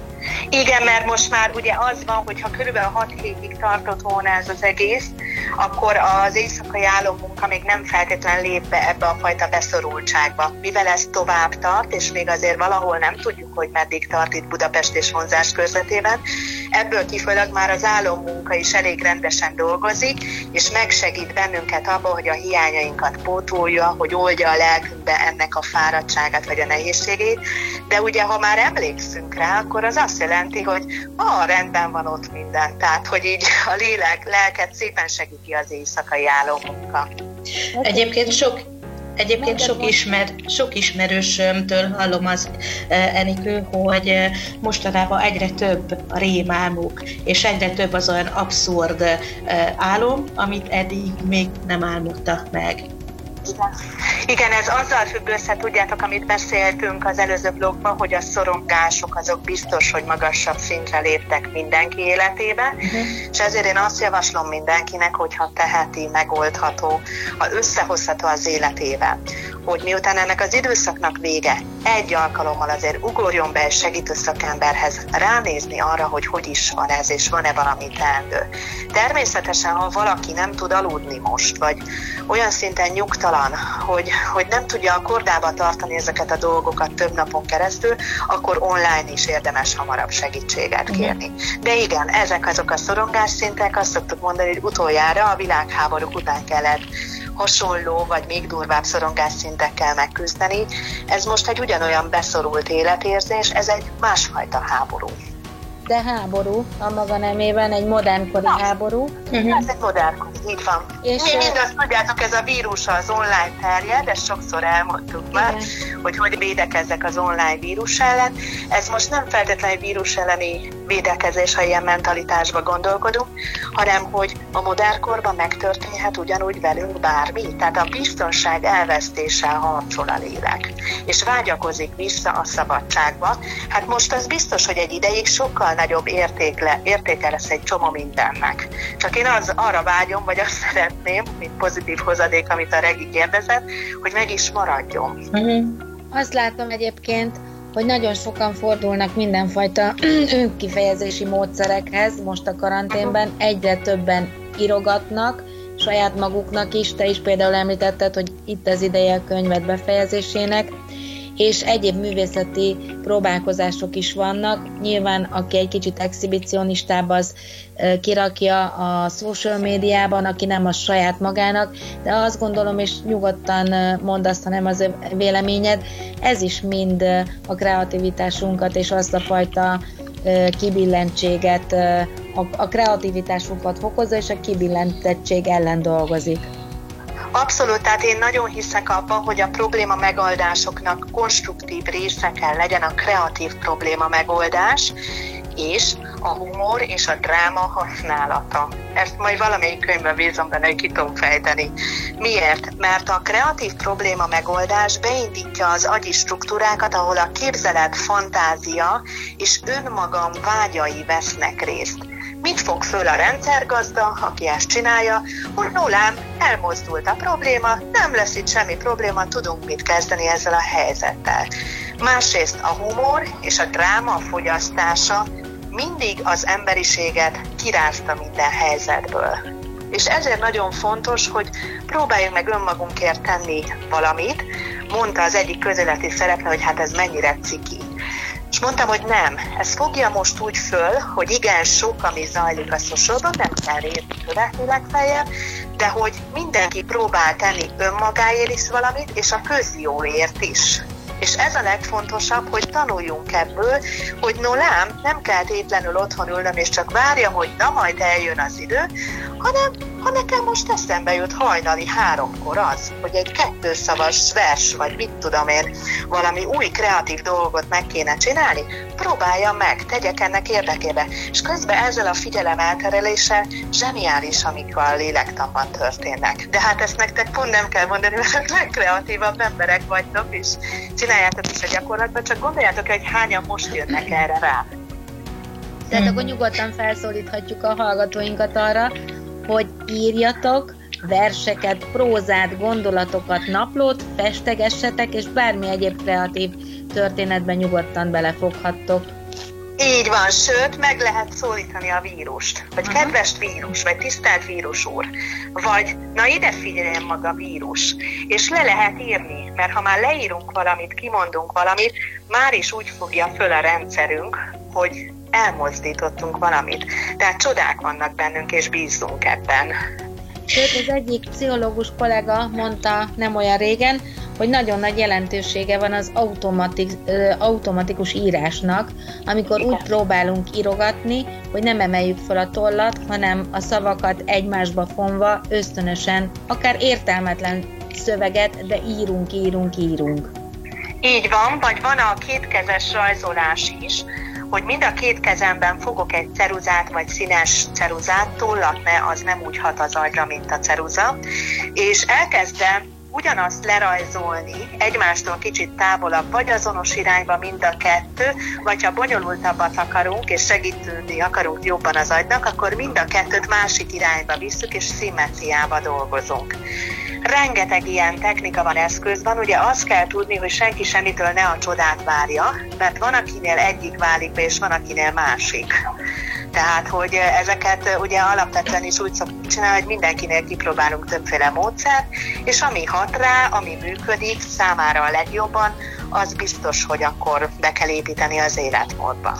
Igen, mert most már ugye az van, hogy ha körülbelül hat hétig tartott volna ez az egész, akkor az éjszakai álommunka még nem feltétlenül lép be ebbe a fajta beszorultságba. Mivel ez tovább tart, és még azért valahol nem tudjuk, hogy meddig tart itt Budapest és vonzás körzetében, ebből kifolyólag már az álommunka is elég rendesen dolgozik, és megsegít bennünket abban, hogy a hiányainkat pótolja, hogy oldja a lelkünkbe ennek a fáradtságát vagy a nehézségét. De ugye, ha már emlékszünk rá, akkor az azt jelenti, hogy ah, rendben van ott minden. Tehát, hogy így a lélek, lelket szépen segíti az éjszakai álommunka. Egyébként sok Egyébként sok, ismer, sok ismerősömtől hallom azt, Enikő, hogy mostanában egyre több a rémálmuk, és egyre több az olyan abszurd álom, amit eddig még nem álmodtak meg. Igen. Igen, ez azzal függ össze, tudjátok, amit beszéltünk az előző blogban, hogy a szorongások azok biztos, hogy magasabb szintre léptek mindenki életébe, uh-huh. és ezért én azt javaslom mindenkinek, hogyha teheti, megoldható, ha összehozható az életével, hogy miután ennek az időszaknak vége, egy alkalommal azért ugorjon be egy segítő szakemberhez ránézni arra, hogy hogy is van ez, és van-e valami teendő. Természetesen, ha valaki nem tud aludni most, vagy olyan szinten nyugtalan, hogy, hogy nem tudja a kordába tartani ezeket a dolgokat több napon keresztül, akkor online is érdemes hamarabb segítséget kérni. De igen, ezek azok a szorongásszintek, azt szoktuk mondani, hogy utoljára a világháborúk után kellett hasonló, vagy még durvább szorongásszintekkel megküzdeni. Ez most egy ugyanolyan beszorult életérzés, ez egy másfajta háború. De háború a maga nemében, egy modernkori Na, háború. Uh-huh. Ez egy modernkori, így van. És mi mind azt tudjátok, ez a vírus az online terjed, ezt sokszor elmondtuk igen. már, hogy hogy védekezzek az online vírus ellen. Ez most nem feltétlenül vírus elleni védekezés, ha ilyen mentalitásba gondolkodunk, hanem hogy a modern korban megtörténhet ugyanúgy velünk bármi. Tehát a biztonság elvesztéssel harcol a lélek, és vágyakozik vissza a szabadságba. Hát most az biztos, hogy egy ideig sokkal nagyobb értékle, értéke lesz egy csomó mindennek. Csak én az, arra vágyom, vagy azt szeretném, mint pozitív hozadék, amit a Regi kérdezett, hogy meg is maradjon. Uh-huh. Azt látom egyébként, hogy nagyon sokan fordulnak mindenfajta önkifejezési módszerekhez most a karanténben, egyre többen írogatnak, saját maguknak is, te is például említetted, hogy itt az ideje a könyved befejezésének, és egyéb művészeti próbálkozások is vannak. Nyilván, aki egy kicsit exhibicionistább, az kirakja a social médiában, aki nem a saját magának, de azt gondolom, és nyugodtan mondd azt, ha nem az véleményed, ez is mind a kreativitásunkat és azt a fajta kibillentséget, a kreativitásunkat fokozza, és a kibillentettség ellen dolgozik. Abszolút, tehát én nagyon hiszek abban, hogy a probléma megoldásoknak konstruktív része kell legyen a kreatív probléma megoldás, és a humor és a dráma használata. Ezt majd valamelyik könyvben bízom benne, hogy ki tudom fejteni. Miért? Mert a kreatív probléma megoldás beindítja az agyi struktúrákat, ahol a képzelet, fantázia és önmagam vágyai vesznek részt. Mit fog föl a rendszergazda, aki ezt csinálja, hogy nulám, elmozdult a probléma, nem lesz itt semmi probléma, tudunk mit kezdeni ezzel a helyzettel. Másrészt a humor és a dráma fogyasztása mindig az emberiséget kirázta minden helyzetből. És ezért nagyon fontos, hogy próbáljuk meg önmagunkért tenni valamit. Mondta az egyik közéleti szereplő, hogy hát ez mennyire ciki. És mondtam, hogy nem, ez fogja most úgy föl, hogy igen, sok, ami zajlik a szociálban, nem kell érni követni legfeljebb, de hogy mindenki próbál tenni önmagáért is valamit, és a közjóért is. És ez a legfontosabb, hogy tanuljunk ebből, hogy no lám, nem kell tétlenül otthon ülnöm, és csak várjam, hogy na majd eljön az idő, hanem ha nekem most eszembe jut hajnali háromkor az, hogy egy kettőszavas vers, vagy mit tudom én, valami új kreatív dolgot meg kéne csinálni, próbáljam meg, tegyek ennek érdekébe. És közben ezzel a figyelem eltereléssel zseniális, amik a lélektanban történnek. De hát ezt nektek pont nem kell mondani, mert a legkreatívabb emberek vagytok, és csináljátok is a gyakorlatban, csak gondoljátok, hogy hányan most jönnek erre rá. Tehát akkor nyugodtan felszólíthatjuk a hallgatóinkat arra, hogy írjatok verseket, prózát, gondolatokat, naplót, festegessetek, és bármi egyéb kreatív történetben nyugodtan belefoghattok. Így van, sőt, meg lehet szólítani a vírust, vagy aha, kedves vírus, vagy tisztelt vírus úr, vagy na ide figyeljen maga vírus, és le lehet írni, mert ha már leírunk valamit, kimondunk valamit, már is úgy fogja föl a rendszerünk, hogy elmozdítottunk valamit. Tehát csodák vannak bennünk, és bízzunk ebben. Sőt, az egyik pszichológus kollega mondta nem olyan régen, hogy nagyon nagy jelentősége van az automatik, automatikus írásnak, amikor úgy próbálunk írogatni, hogy nem emeljük fel a tollat, hanem a szavakat egymásba fonva, ösztönösen, akár értelmetlen szöveget, de írunk, írunk, írunk. Így van, vagy van a kétkezes rajzolás is, hogy mind a két kezemben fogok egy ceruzát, vagy színes ceruzát, tollat ne, az nem úgy hat az agyra, mint a ceruza, és elkezdem ugyanazt lerajzolni egymástól kicsit távolabb, vagy azonos irányba mind a kettő, vagy ha bonyolultabbat akarunk, és segíteni akarunk jobban az agynak, akkor mind a kettőt másik irányba visszük, és szimmetriába dolgozunk. Rengeteg ilyen technika van, eszköz van, ugye azt kell tudni, hogy senki semmitől ne a csodát várja, mert van, akinél egyik válik be, és van, akinél másik. Tehát, hogy ezeket ugye alapvetően is úgy szoktuk csinálni, hogy mindenkinél kipróbálunk többféle módszert, és ami hat rá, ami működik számára a legjobban, az biztos, hogy akkor be kell építeni az életmódba.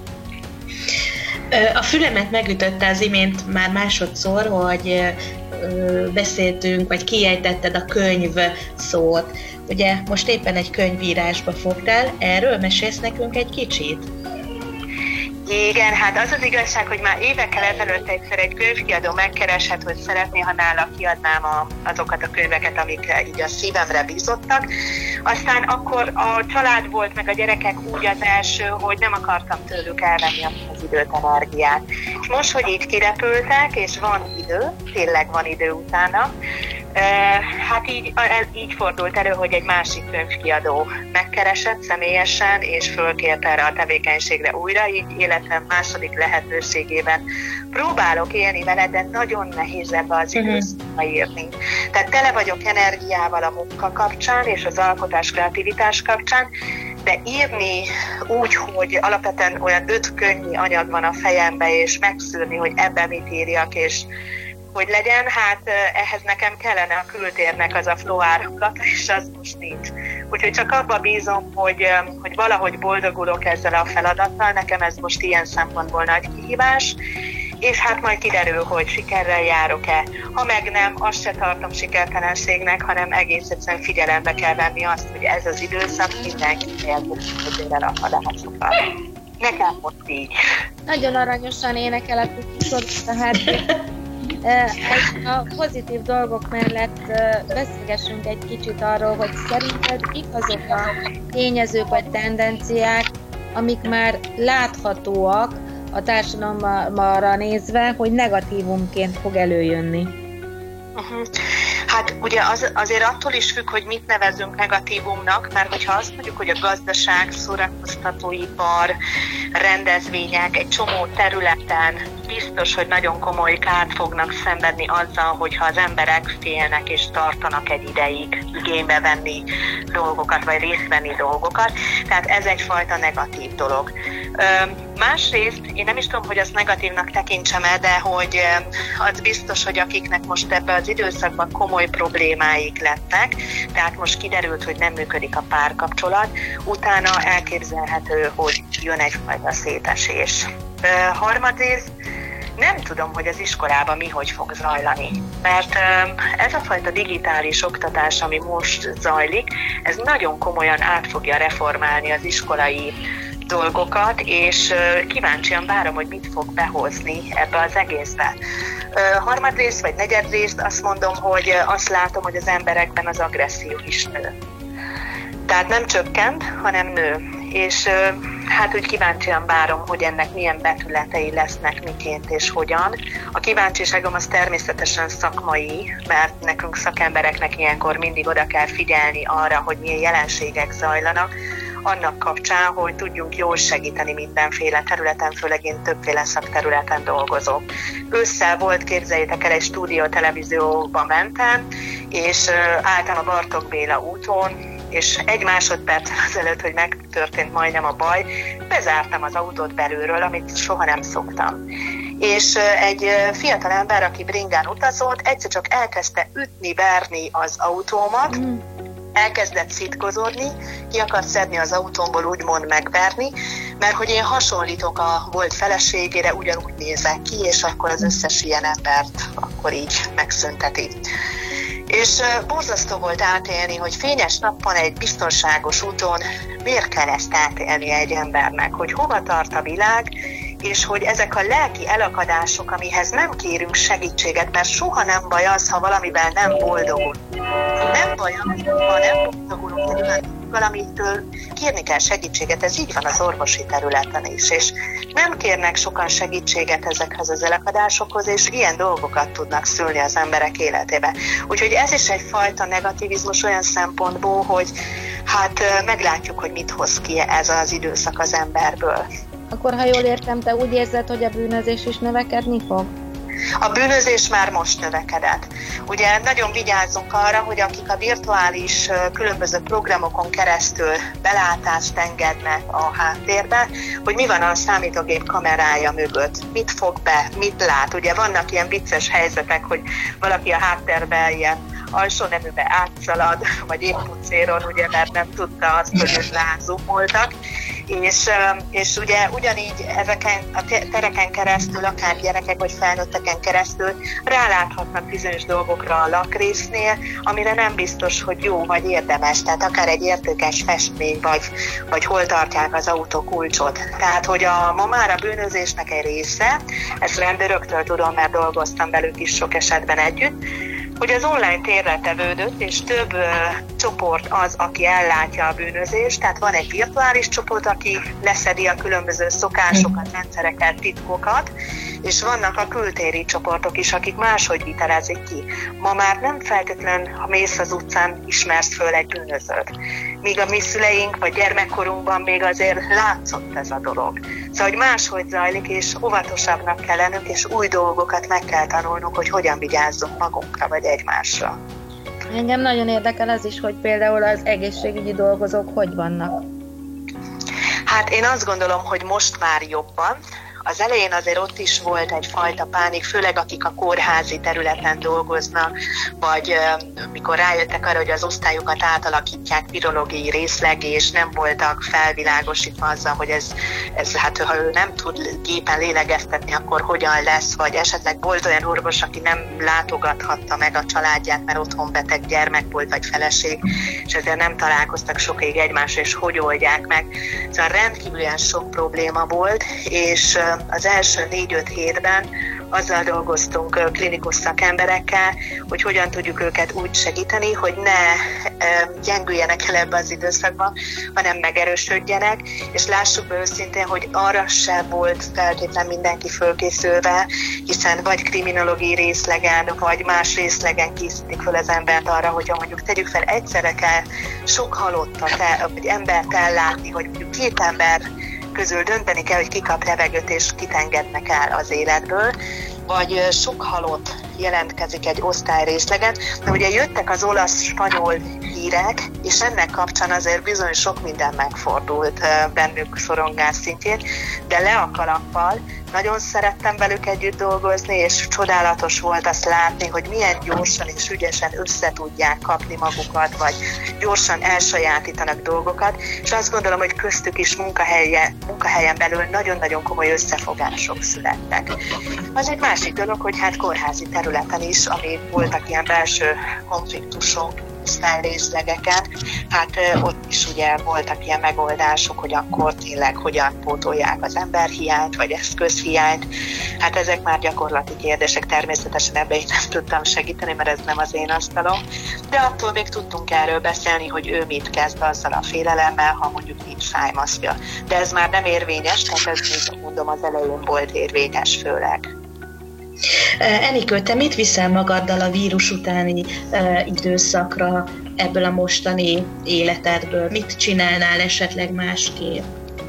A fülemet megütötte az imént már másodszor, hogy beszéltünk, vagy kiejtetted a könyv szót. Ugye most éppen egy könyvírásba fogtál, erről mesélsz nekünk egy kicsit? Igen, hát az az igazság, hogy már évekkel ezelőtt egyszer egy könyvkiadó megkeresett, hogy szeretné, ha nála kiadnám a, azokat a könyveket, amik így a szívemre bízottak. Aztán akkor a család volt, meg a gyerekek úgy az első, hogy nem akartam tőlük elvenni az időt, energiát. És most, hogy így kirepültek, és van idő, tényleg van idő utána, hát így, így fordult elő, hogy egy másik könyvkiadó megkeresett személyesen, és fölkért erre a tevékenységre újra, így életem második lehetőségében próbálok élni vele, de nagyon nehéz ebbe az időszakba írni. Tehát tele vagyok energiával a munka kapcsán, és az alkotás, kreativitás kapcsán, de írni úgy, hogy alapvetően olyan öt könnyű anyag van a fejembe, és megszűrni, hogy ebben mit írjak, és hogy legyen, hát ehhez nekem kellene a kültérnek az a flow áramlata, és az most nincs. Úgyhogy csak abba bízom, hogy, hogy valahogy boldogulok ezzel a feladattal, nekem ez most ilyen szempontból nagy kihívás, és hát majd kiderül, hogy sikerrel járok-e. Ha meg nem, azt se tartom sikertelenségnek, hanem egész egyszerűen figyelembe kell venni azt, hogy ez az időszak mindenkinél azért elakadásokat. Nekem most így. Nagyon aranyosan énekel a kutyusod, tehát a pozitív dolgok mellett beszélgessünk egy kicsit arról, hogy szerinted mik azok a tényezők vagy tendenciák, amik már láthatóak a társadalomra nézve, hogy negatívumként fog előjönni. Uh-huh. Hát ugye az, azért attól is függ, hogy mit nevezünk negatívumnak, mert hogyha azt mondjuk, hogy a gazdaság, szórakoztatóipar, rendezvények egy csomó területen biztos, hogy nagyon komoly kárt fognak szenvedni azzal, hogyha az emberek félnek és tartanak egy ideig igénybe venni dolgokat, vagy részt venni dolgokat. Tehát ez egyfajta negatív dolog. Másrészt, én nem is tudom, hogy azt negatívnak tekintsem-e, de hogy az biztos, hogy akiknek most ebbe az időszakban komoly problémáik lettek, tehát most kiderült, hogy nem működik a párkapcsolat, utána elképzelhető, hogy jön egyfajta szétesés. Harmadrészt, nem tudom, hogy az iskolában mi hogy fog zajlani, mert ez a fajta digitális oktatás, ami most zajlik, ez nagyon komolyan át fogja reformálni az iskolai dolgokat, és kíváncsian várom, hogy mit fog behozni ebbe az egészbe. Harmadrészt vagy negyedrészt azt mondom, hogy azt látom, hogy az emberekben az agresszió is nő. Tehát nem csökkent, hanem nő. És hát úgy kíváncsian várom, hogy ennek milyen betületei lesznek, miként és hogyan. A kíváncsiságom az természetesen szakmai, mert nekünk szakembereknek ilyenkor mindig oda kell figyelni arra, hogy milyen jelenségek zajlanak, annak kapcsán, hogy tudjunk jól segíteni mindenféle területen, főleg én többféle szakterületen dolgozok. Ősszel volt, képzeljétek el, egy stúdió televízióba mentem, és álltam a Bartók Béla úton, és egy másodperc azelőtt, hogy megtörtént majdnem a baj, bezártam az autót belülről, amit soha nem szoktam. És egy fiatal ember, aki bringán utazott, egyszer csak elkezdte ütni, verni az autómat, mm. elkezdett szitkozódni, ki akart szedni az autómból, úgymond megverni, mert hogy én hasonlítok a volt feleségére, ugyanúgy nézek ki, és akkor az összes ilyen embert akkor így megszünteti. És borzasztó volt átélni, hogy fényes napon egy biztonságos úton miért kell ezt átélni egy embernek, hogy hova tart a világ, és hogy ezek a lelki elakadások, amihez nem kérünk segítséget, mert soha nem baj az, ha valamivel nem boldogul. Nem baj, ha nem boldogulunk egy olyan valamitől kérni kell segítséget, ez így van az orvosi területen is, és nem kérnek sokan segítséget ezekhez az elakadásokhoz, és ilyen dolgokat tudnak szülni az emberek életébe. Úgyhogy ez is egyfajta negativizmus olyan szempontból, hogy hát meglátjuk, hogy mit hoz ki ez az időszak az emberből. Akkor, ha jól értem, te úgy érzed, hogy a bűnözés is növekedni fog? A bűnözés már most növekedett. Ugye nagyon vigyázzunk arra, hogy akik a virtuális különböző programokon keresztül belátást engednek a háttérbe, hogy mi van a számítógép kamerája mögött, mit fog be, mit lát. Ugye vannak ilyen vicces helyzetek, hogy valaki a háttérben ilyen alsó neműbe átszalad, vagy épp pucéron, ugye, mert nem tudta azt, hogy őt lázumoltak. És, és ugye ugyanígy ezeken a tereken keresztül, akár gyerekek vagy felnőtteken keresztül ráláthatnak bizonyos dolgokra a lakrésznél, amire nem biztos, hogy jó vagy érdemes, tehát akár egy értékes festmény, vagy, vagy hol tartják az autó kulcsot. Tehát, hogy a, ma már a bűnözésnek egy része, ezt rendőröktől tudom, mert dolgoztam velük is sok esetben együtt, hogy az online térre tevődött, és több ö, csoport az, aki ellátja a bűnözést, tehát van egy virtuális csoport, aki leszedi a különböző szokásokat, rendszereket, titkokat, és vannak a kültéri csoportok is, akik máshogy vitelezik ki. Ma már nem feltétlenül, ha mész az utcán, ismersz föl egy bűnözőt. Míg a mi szüleink vagy gyermekkorunkban még azért látszott ez a dolog. Szóval, hogy máshogy zajlik, és óvatosabbnak kell lennünk, és új dolgokat meg kell tanulnunk, hogy hogyan vigyázzunk magunkra vagy egymásra. Engem nagyon érdekel az is, hogy például az egészségügyi dolgozók hogy vannak. Hát én azt gondolom, hogy most már jobban. Az elején azért ott is volt egyfajta pánik, főleg akik a kórházi területen dolgoznak, vagy uh, mikor rájöttek arra, hogy az osztályokat átalakítják virológiai részlegé, és nem voltak felvilágosítva azzal, hogy ez, ez, hát ha ő nem tud gépen lélegeztetni, akkor hogyan lesz, vagy esetleg volt olyan orvos, aki nem látogathatta meg a családját, mert otthon beteg gyermek volt, vagy feleség, és ezért nem találkoztak sokáig egymással, és hogy oldják meg. Szóval rendkívülen sok probléma volt, és az első négy-öt hétben azzal dolgoztunk klinikus szakemberekkel, hogy hogyan tudjuk őket úgy segíteni, hogy ne gyengüljenek el ebbe az időszakba, hanem megerősödjenek, és lássuk be őszintén, hogy arra sem volt feltétlenül mindenki fölkészülve, hiszen vagy kriminológiai részlegen, vagy más részlegen készítik fel az embert arra, hogyha mondjuk tegyük fel, egyszerre kell sok halottat, vagy embert ellátni, hogy mondjuk két ember közül dönteni kell, hogy ki kap levegőt és kit engednek el az életből, vagy sok halott jelentkezik egy osztályrészlegen. De ugye jöttek az olasz-spanyol hírek, és ennek kapcsán azért bizony sok minden megfordult bennük szorongás szintjén, de le a kalappal. Nagyon szerettem velük együtt dolgozni, és csodálatos volt azt látni, hogy milyen gyorsan és ügyesen össze tudják kapni magukat, vagy gyorsan elsajátítanak dolgokat, és azt gondolom, hogy köztük is munkahelyen, munkahelyen belül nagyon-nagyon komoly összefogások születtek. Az egy másik dolog, hogy hát kórházi területen is, ami voltak ilyen belső konfliktusok, osztályrészlegeken, hát ott is ugye voltak ilyen megoldások, hogy akkor tényleg hogyan pótolják az emberhiányt, vagy eszközhiányt. Hát ezek már gyakorlati kérdések, természetesen ebben én nem tudtam segíteni, mert ez nem az én asztalom, de attól még tudtunk erről beszélni, hogy ő mit kezd azzal a félelemmel, ha mondjuk nincs szájmaszkja. De ez már nem érvényes, tehát ez még mondom az elején volt érvényes főleg. Enikő, te mit viszel magaddal a vírus utáni uh, időszakra ebből a mostani életedből? Mit csinálnál esetleg másképp?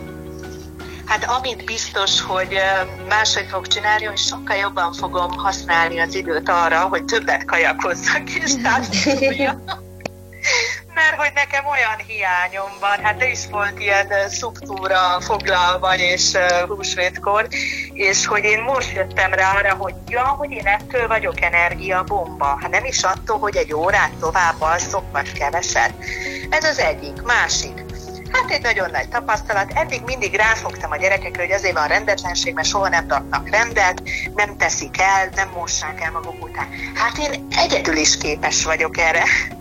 Hát amit biztos, hogy máshogy fog csinálni, hogy sokkal jobban fogom használni az időt arra, hogy többet kajakozzak és társadalmiak. Mert hogy nekem olyan hiányom van, hát is volt ilyen szubtúra foglalva és húsvétkor, és hogy én most jöttem rá arra, hogy ja, hogy én ettől vagyok energiabomba, hát nem is attól, hogy egy órát tovább alszok, vagy keveset. Ez az egyik. Másik. Hát egy nagyon nagy tapasztalat. Eddig mindig ráfogtam a gyerekekre, hogy azért van rendetlenség, mert soha nem tartnak rendet, nem teszik el, nem mossák el maguk után. Hát én egyedül is képes vagyok erre.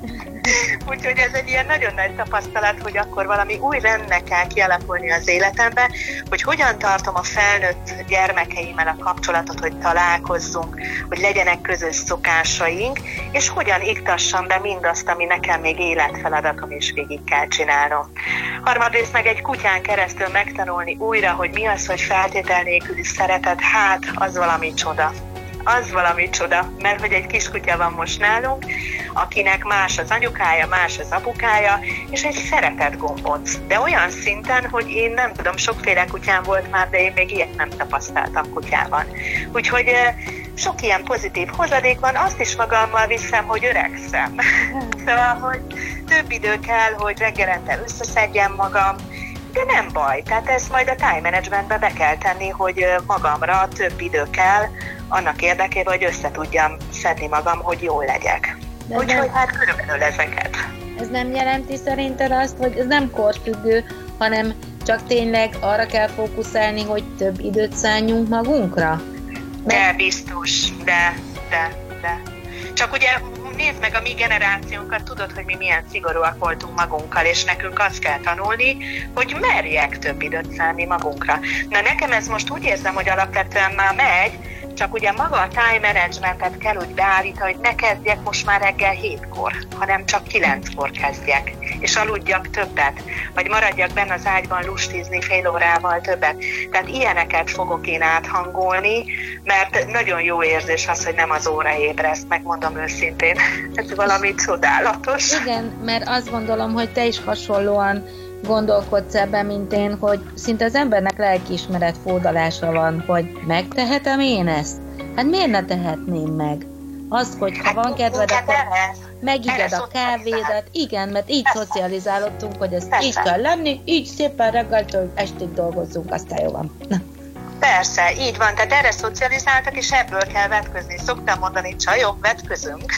Úgyhogy ez egy ilyen nagyon nagy tapasztalat, hogy akkor valami új rendnek kell kialakulni az életembe, hogy hogyan tartom a felnőtt gyermekeimmel a kapcsolatot, hogy találkozzunk, hogy legyenek közös szokásaink, és hogyan iktassam be mindazt, ami nekem még életfeladatom is végig kell csinálnom. Harmadrészt meg egy kutyán keresztül megtanulni újra, hogy mi az, hogy feltétel nélküli szeretet, hát az valami csoda. Az valami csoda, mert hogy egy kiskutya van most nálunk, akinek más az anyukája, más az apukája, és egy szeretett gombóc. De olyan szinten, hogy én nem tudom, sokféle kutyám volt már, de én még ilyet nem tapasztaltam kutyában. Úgyhogy sok ilyen pozitív hozadék van, azt is magammal viszem, hogy öregszem. Szóval, hogy több idő kell, hogy reggelente összeszedjem magam, de nem baj. Tehát ezt majd a time managementbe be kell tenni, hogy magamra több idő kell, annak érdekében, hogy össze tudjam szedni magam, hogy jól legyek. Úgyhogy nem... hát körülbelül ezeket. Ez nem jelenti szerinted azt, hogy ez nem korfüggő, hanem csak tényleg arra kell fókuszálni, hogy több időt szálljunk magunkra? De biztos, de, de, de. Csak ugye nézd meg a mi generációnkat, tudod, hogy mi milyen szigorúak voltunk magunkkal, és nekünk azt kell tanulni, hogy merjek több időt szállni magunkra. Na nekem ez most úgy érzem, hogy alapvetően már megy, csak ugye maga a time managementet kell úgy beállítani, hogy ne kezdjek most már reggel hétkor, hanem csak kilenckor kezdjek, és aludjak többet, vagy maradjak benne az ágyban lustizni fél órával többet. Tehát ilyeneket fogok én áthangolni, mert nagyon jó érzés az, hogy nem az óra ébreszt, megmondom őszintén. Ez valami csodálatos. Igen, mert azt gondolom, hogy te is hasonlóan gondolkodsz ebben, mint én, hogy szinte az embernek lelkiismeret fódalása van, hogy megtehetem én ezt? Hát miért ne tehetném meg? Azt, hogy ha van kedved, akkor megiged a kávédat. Igen, mert így szocializálódtunk, hogy ezt így kell lenni, így szépen reggeltől estig dolgozzunk, aztán jó van. Persze, így van, tehát erre szocializáltak, és ebből kell vetközni. Szoktam mondani, csajok, vetközünk.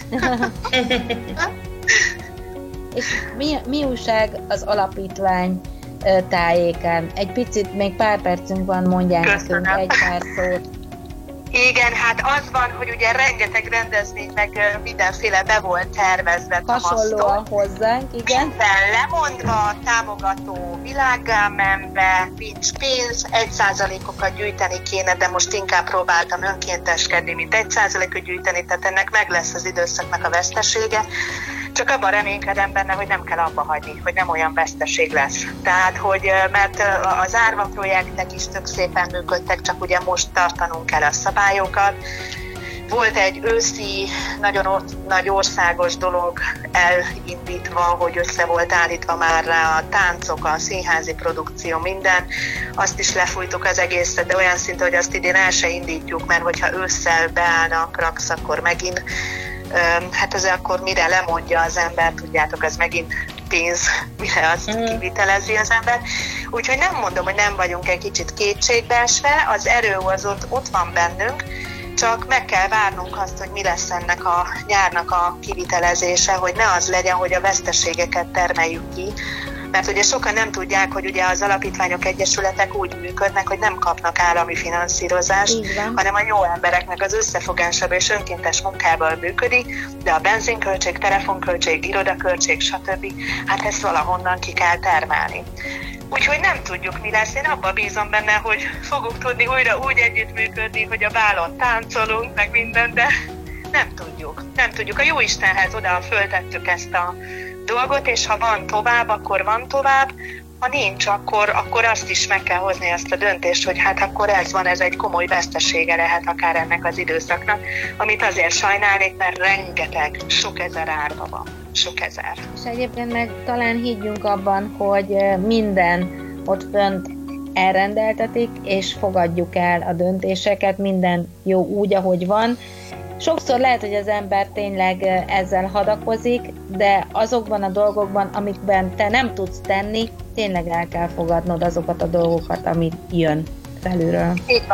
És mi, mi újság az alapítvány tájéken? Egy picit, még pár percünk van, mondják nekünk egy pár szót. Igen, hát az van, hogy ugye rengeteg rendezvény, meg mindenféle be volt tervezve. Hasonlóan hozzánk, igen. Minden lemondva, támogató világgá menve, nincs pénz, egy százalékokat gyűjteni kéne, de most inkább próbáltam önkénteskedni, mint egy százalékot gyűjteni, tehát ennek meg lesz az időszaknak a vesztesége. Csak abban reménykedem benne, hogy nem kell abba hagyni, hogy nem olyan veszteség lesz. Tehát, hogy mert az árva projektek is tök szépen működtek, csak ugye most tartanunk kell a szabályokat. Volt egy őszi, nagyon nagy országos dolog elindítva, hogy össze volt állítva már rá a táncok, a színházi produkció, minden. Azt is lefújtuk az egészet, de olyan szinte, hogy azt idén el se indítjuk, mert hogyha ősszel beállnak, raksz, akkor megint hát ez akkor mire lemondja az ember, tudjátok, ez megint pénz, mire azt mm. kivitelezi az ember. Úgyhogy nem mondom, hogy nem vagyunk egy kicsit kétségbeesve, az erő az ott, ott van bennünk, csak meg kell várnunk azt, hogy mi lesz ennek a nyárnak a kivitelezése, hogy ne az legyen, hogy a veszteségeket termeljük ki, mert ugye sokan nem tudják, hogy ugye az alapítványok, egyesületek úgy működnek, hogy nem kapnak állami finanszírozást, hanem a jó embereknek az összefogásába és önkéntes munkával működik, de a benzinköltség, telefonköltség, irodaköltség, stb. Hát ezt valahonnan ki kell termelni. Úgyhogy nem tudjuk, mi lesz. Én abban bízom benne, hogy fogunk tudni újra úgy együttműködni, hogy a bálon táncolunk, meg minden, de nem tudjuk. Nem tudjuk. A Jóistenhez oda föltettük ezt a dolgot, és ha van tovább, akkor van tovább, ha nincs, akkor, akkor azt is meg kell hozni ezt a döntést, hogy hát akkor ez van, ez egy komoly vesztesége lehet akár ennek az időszaknak, amit azért sajnálnék, mert rengeteg, sok ezer árva van, sok ezer. És egyébként meg talán higgyünk abban, hogy minden ott fönt elrendeltetik, és fogadjuk el a döntéseket, minden jó úgy, ahogy van. Sokszor lehet, hogy az ember tényleg ezzel hadakozik, de azokban a dolgokban, amikben te nem tudsz tenni, tényleg el kell fogadnod azokat a dolgokat, amit jön felülről. Így van,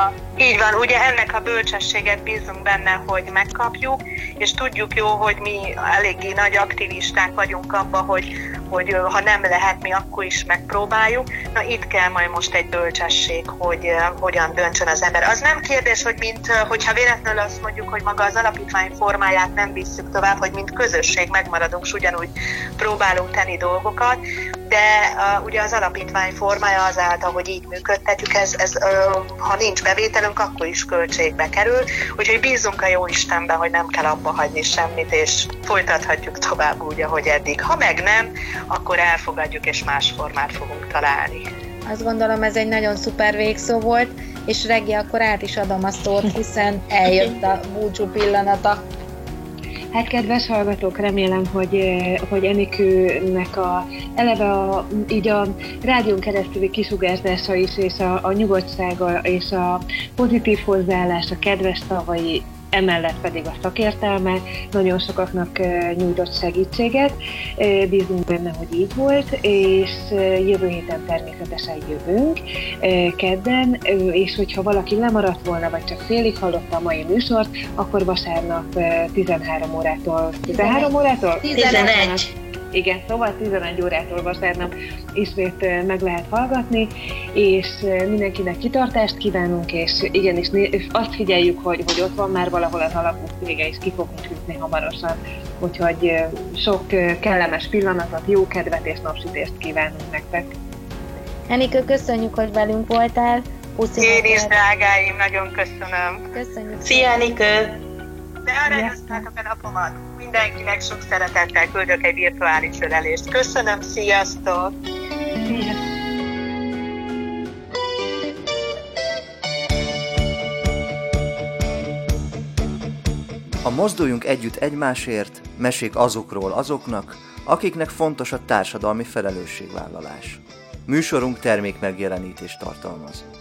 Így van, ugye ennek a bölcsességet bízunk benne, hogy megkapjuk, és tudjuk jó, hogy mi eléggé nagy aktivisták vagyunk abban, hogy, hogy ha nem lehet, mi akkor is megpróbáljuk. Na itt kell majd most egy bölcsesség, hogy uh, hogyan döntsön az ember. Az nem kérdés, hogy mint, uh, hogyha véletlenül azt mondjuk, hogy maga az alapítvány formáját nem visszük tovább, hogy mint közösség megmaradunk, és ugyanúgy próbálunk tenni dolgokat, de uh, ugye az alapítvány formája azáltal, hogy így működtetjük, ez, ez uh, ha nincs bevételünk, akkor is költségbe kerül, úgyhogy bízunk a jó Istenben, hogy nem kell abba hagyni semmit, és folytathatjuk tovább úgy, ahogy eddig. Ha meg nem, akkor elfogadjuk, és más formát fogunk találni. Azt gondolom, ez egy nagyon szuper végszó volt, és Regi, akkor át is adom a szót, hiszen eljött a búcsú pillanata. Hát kedves hallgatók, remélem, hogy, hogy Enikőnek a, eleve a, így a rádión keresztüli kisugárzása is, és a, a nyugodtsága, és a pozitív hozzáállás, a kedves szavai, emellett pedig a szakértelme nagyon sokaknak nyújtott segítséget. Bízunk benne, hogy így volt, és jövő héten természetesen jövünk kedden, és hogyha valaki lemaradt volna, vagy csak félig hallotta a mai műsort, akkor vasárnap tizenhárom órától... tizenhárom órától? tizenegy. Igen, szóval tizenegy órától vasárnap ismét meg lehet hallgatni, és mindenkinek kitartást kívánunk, és igenis azt figyeljük, hogy, hogy ott van már valahol az alapunk vége, és ki fogunk jutni hamarosan. Úgyhogy sok kellemes pillanatot, jó kedvet és napsütést kívánunk nektek. Enikő, köszönjük, hogy velünk voltál. Puszi Én is, drágáim, nagyon köszönöm. Köszönjük. Szia, Enikő! De aranyoztátok a napomat. Mindenkinek sok szeretettel küldök egy virtuális ölelést. Köszönöm, sziasztok! Sziasztok! A Mozduljunk együtt egymásért, mesék azokról azoknak, akiknek fontos a társadalmi felelősségvállalás. Műsorunk termékmegjelenítést tartalmaz.